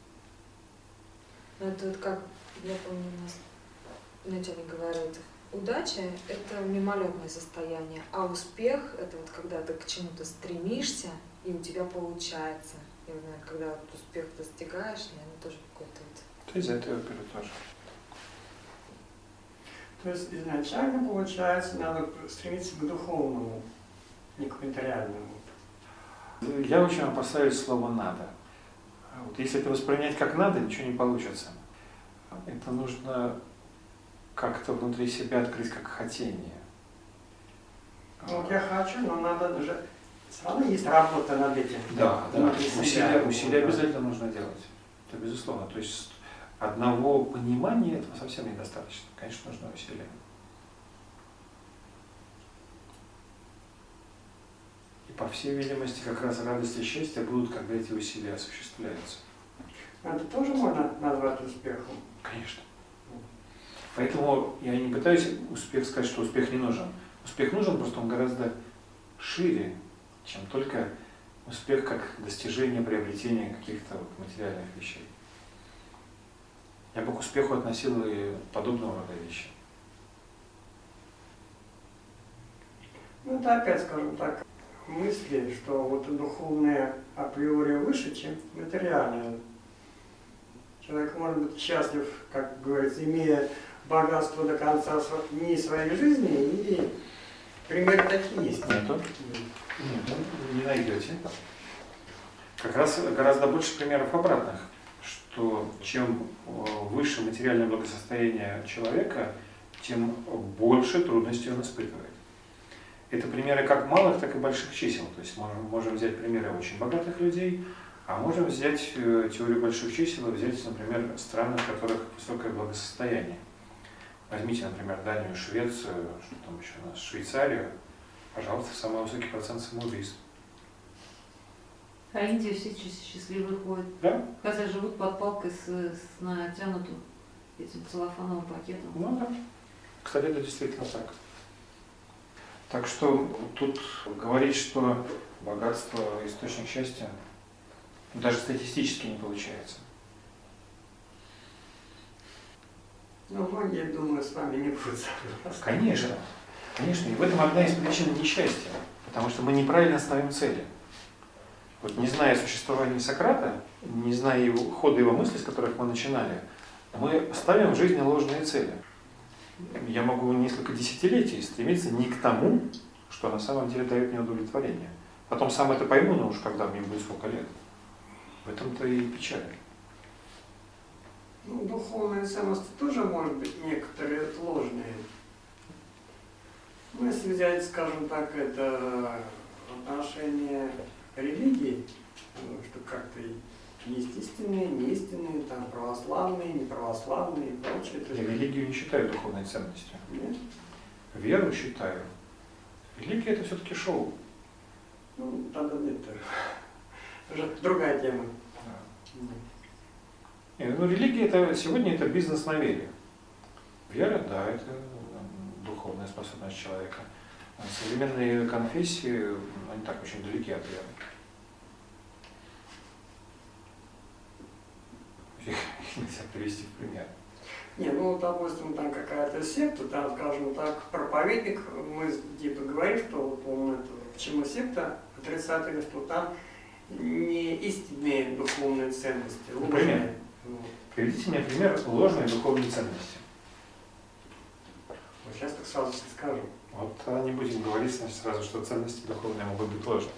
Ну, это вот как, я помню, у нас вначале говорят, удача – это мимолетное состояние, а успех – это вот когда ты к чему-то стремишься, и у тебя получается. И, вот, наверное, когда вот успех достигаешь, наверное, тоже какой-то вот… То есть за это я беру тоже. То есть изначально, получается, надо стремиться к духовному, не к материальному. Я очень опасаюсь слова «надо». Вот если это воспринять как «надо», ничего не получится. Это нужно как-то внутри себя открыть как хотение. Ну, вот я хочу, но надо даже… Все равно есть работа над этим. Да, Внутри себя. усилия обязательно нужно делать. Это безусловно. То есть одного понимания этого совсем недостаточно. Конечно, нужно усилия. И по всей видимости, как раз радость и счастье будут, когда эти усилия осуществляются. Это тоже можно назвать успехом. Конечно. Поэтому я не пытаюсь сказать, что успех не нужен. Успех нужен, просто он гораздо шире, чем только успех как достижение, приобретение каких-то вот материальных вещей. Я бы к успеху относил и подобного рода вещи. Ну, это опять, скажем так, мысли, что вот духовное априори выше, чем материальное. Человек может быть счастлив, как говорится, имея богатство до конца дней своей жизни, и примеры такие есть. Нету. Не найдете. Как раз гораздо больше примеров обратных, что чем выше материальное благосостояние человека, тем больше трудностей он испытывает. Это примеры как малых, так и больших чисел. То есть мы можем взять примеры очень богатых людей, а можем взять теорию больших чисел и взять, например, страны, в которых высокое благосостояние. Возьмите, например, Данию, Швецию, что там еще у нас, Швейцарию. Пожалуйста, самый высокий процент самоубийств. А Индия все счастливые ходят. Да? Хотя живут под палкой с натянутым этим целлофановым пакетом. Ну да. Кстати, это действительно так. Так что тут говорить, что богатство – источник счастья, даже статистически не получается. Ну, многие, думаю, с вами не будут согласны. Конечно. Конечно. И в этом одна из причин несчастья. Потому что мы неправильно ставим цели. Вот не зная существования Сократа, не зная хода его мыслей, с которых мы начинали, мы ставим в жизни ложные цели. Я могу несколько десятилетий стремиться не к тому, что на самом деле дает мне удовлетворение. Потом сам это пойму, но уж когда мне будет сколько лет. В этом-то и печаль. Ну, духовные ценности тоже, может быть, некоторые ложные. Ну, если взять, скажем так, это отношение религии, что как-то есть истинные, неистинные, там, православные, неправославные и прочее. Я религию не считаю духовной ценностью. Нет? Веру считаю. Религия – это все-таки шоу. Ну, тогда нет. Уже другая тема. Да. Ну, религия это, сегодня это бизнес на вере. Вера, да, это духовная способность человека. Современные конфессии, они так очень далеки от веры. Их нельзя привести в пример. Не, ну, допустим, там какая-то секта, там, скажем так, проповедник, мы типа говорим, что вот он это, почему секта отрицательная, что там не истинные духовные ценности. Например? Приведите мне пример ложной духовной ценности. Вот сейчас так сразу скажу. Вот не будем говорить, значит, сразу, что ценности духовные могут быть ложными.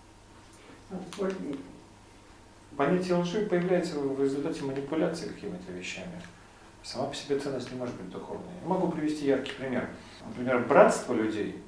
Понятие лжи появляется в результате манипуляции какими-то вещами. Сама по себе ценность не может быть духовной. Я могу привести яркий пример. Например, братство людей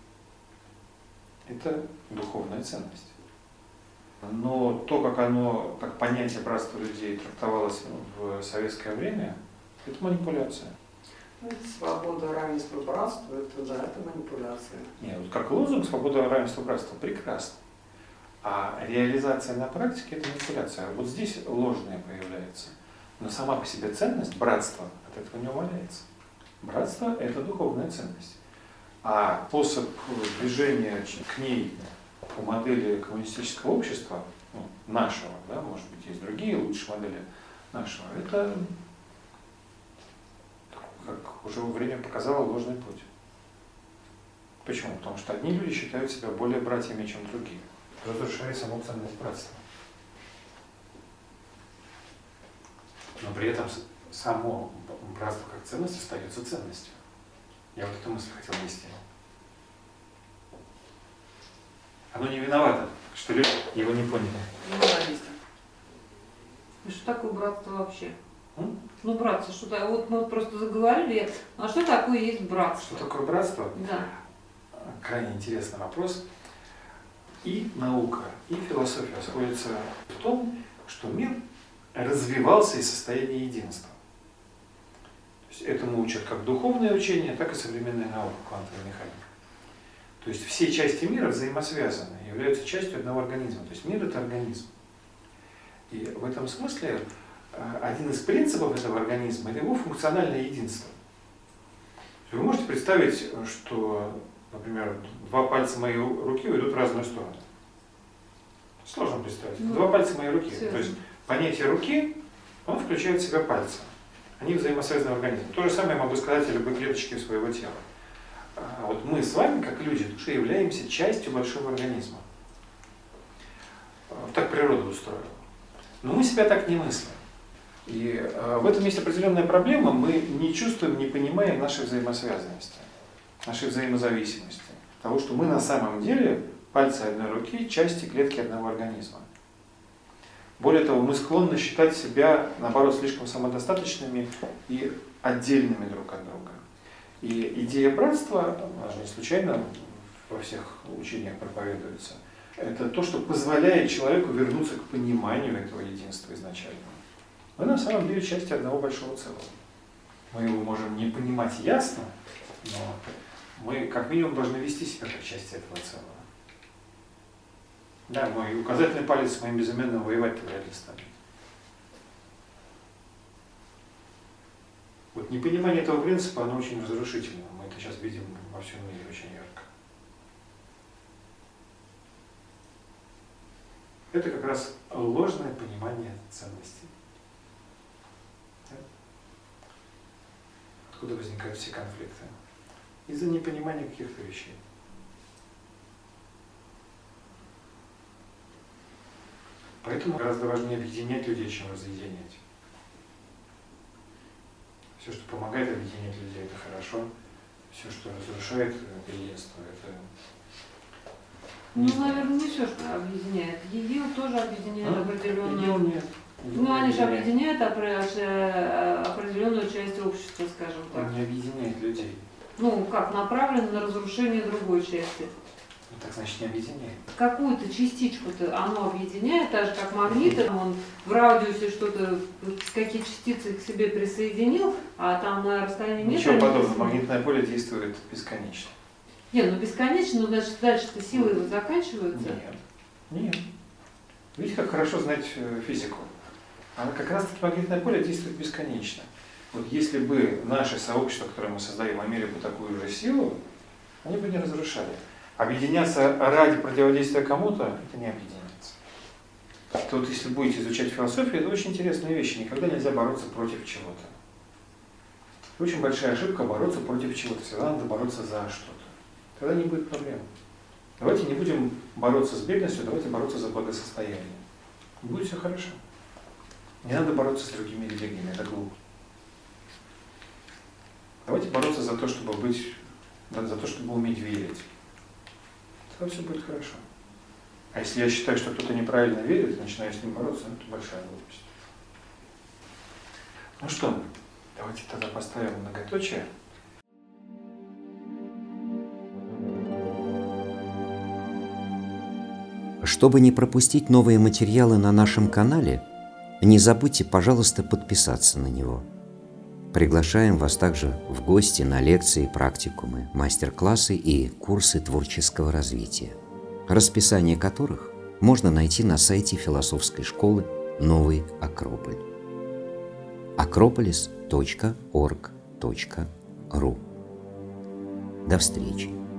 – это духовная ценность. Но то, как понятие братства людей трактовалось в советское время, это манипуляция. Свобода, равенство, братство – это, да, это манипуляция. Нет, вот как лозунг «свобода, равенство, братство» прекрасно. А реализация на практике – это манипуляция. Вот здесь ложное появляется. Но сама по себе ценность, братство, от этого не умаляется. Братство – это духовная ценность. А способ движения к ней по модели коммунистического общества, ну, нашего, да, может быть, есть другие лучшие модели нашего, это, как уже время показало, ложный путь. Почему? Потому что одни люди считают себя более братьями, чем другие. Разрушая саму ценность братства. Но при этом само братство как ценность остается ценностью. Я вот эту мысль хотел нести. Оно не виновато, что люди его не поняли. И что такое братство вообще? Ну, братство, что такое? Вот мы просто заговорили, а что такое есть братство? Что такое братство? Да. Крайне интересный вопрос. И наука, и философия сходятся в том, что мир развивался из состояния единства. То есть этому учат как духовное учение, так и современная наука, квантовая механика. То есть все части мира взаимосвязаны, являются частью одного организма. То есть мир – это организм. И в этом смысле один из принципов этого организма – это его функциональное единство. Вы можете представить, что, например, два пальца моей руки уйдут в разную сторону. Сложно представить. Два пальца моей руки. То есть понятие руки, он включает в себя пальцы. Они взаимосвязаны в организме. То же самое я могу сказать о любой клеточке своего тела. вот мы с вами, как люди, тоже являемся частью большого организма. Так природа устроила. Но мы себя так не мыслим. И в этом есть определенная проблема. Мы не чувствуем, не понимаем нашей взаимосвязанности, нашей взаимозависимости. Того, что мы на самом деле пальцы одной руки, части клетки одного организма. Более того, мы склонны считать себя, наоборот, слишком самодостаточными и отдельными друг от друга. И идея братства, она же не случайно во всех учениях проповедуется, это то, что позволяет человеку вернуться к пониманию этого единства изначально. Мы на самом деле части одного большого целого. Мы его можем не понимать ясно, но мы как минимум должны вести себя как части этого целого. Да, мой указательный палец с моим безымянным воевать-то вряд ли станет. Вот непонимание этого принципа, оно очень разрушительно. Мы это сейчас видим во всем мире очень ярко. Это как раз ложное понимание ценностей. Да? Откуда возникают все конфликты? Из-за непонимания каких-то вещей. Поэтому гораздо важнее объединять людей, чем разъединять. Все, что помогает объединять людей, это хорошо. Все, что разрушает единство, это... Ну, наверное, не все, что объединяет. ЕГИЛ тоже объединяет определенную... ЕГИЛ нет. Ну, они же объединяют определенную часть общества, скажем так. Он не объединяет людей. Ну, как, направлено на разрушение другой части. Ну, так значит, не объединяет. Какую-то частичку-то оно объединяет, так же как магниты, он в радиусе что-то, какие частицы к себе присоединил, а там на расстоянии метра... Ничего подобного, магнитное поле действует бесконечно. Не, ну бесконечно, но значит, дальше-то силы заканчиваются? Нет. Нет. Видите, как хорошо знать физику? Она как раз-таки магнитное поле действует бесконечно. Вот если бы наше сообщество, которое мы создаем, имели бы такую же силу, они бы не разрушали. Объединяться ради противодействия кому-то, это не объединяться. То вот если будете изучать философию, это очень интересные вещи. Никогда нельзя бороться против чего-то. Очень большая ошибка бороться против чего-то. Всегда надо бороться за что-то. Тогда не будет проблем. Давайте не будем бороться с бедностью, давайте бороться за благосостояние. И будет все хорошо. Не надо бороться с другими религиями, это глупо. Давайте бороться за то, чтобы быть, за то, чтобы уметь верить. Тогда все будет хорошо. А если я считаю, что кто-то неправильно верит, и начинаю с ним бороться, это большая глупость. Ну что, давайте тогда поставим многоточие. Чтобы не пропустить новые материалы на нашем канале, не забудьте, пожалуйста, подписаться на него. Приглашаем вас также в гости на лекции, практикумы, мастер-классы и курсы творческого развития, расписание которых можно найти на сайте философской школы «Новый Акрополь» acropolis.org.ru. До встречи!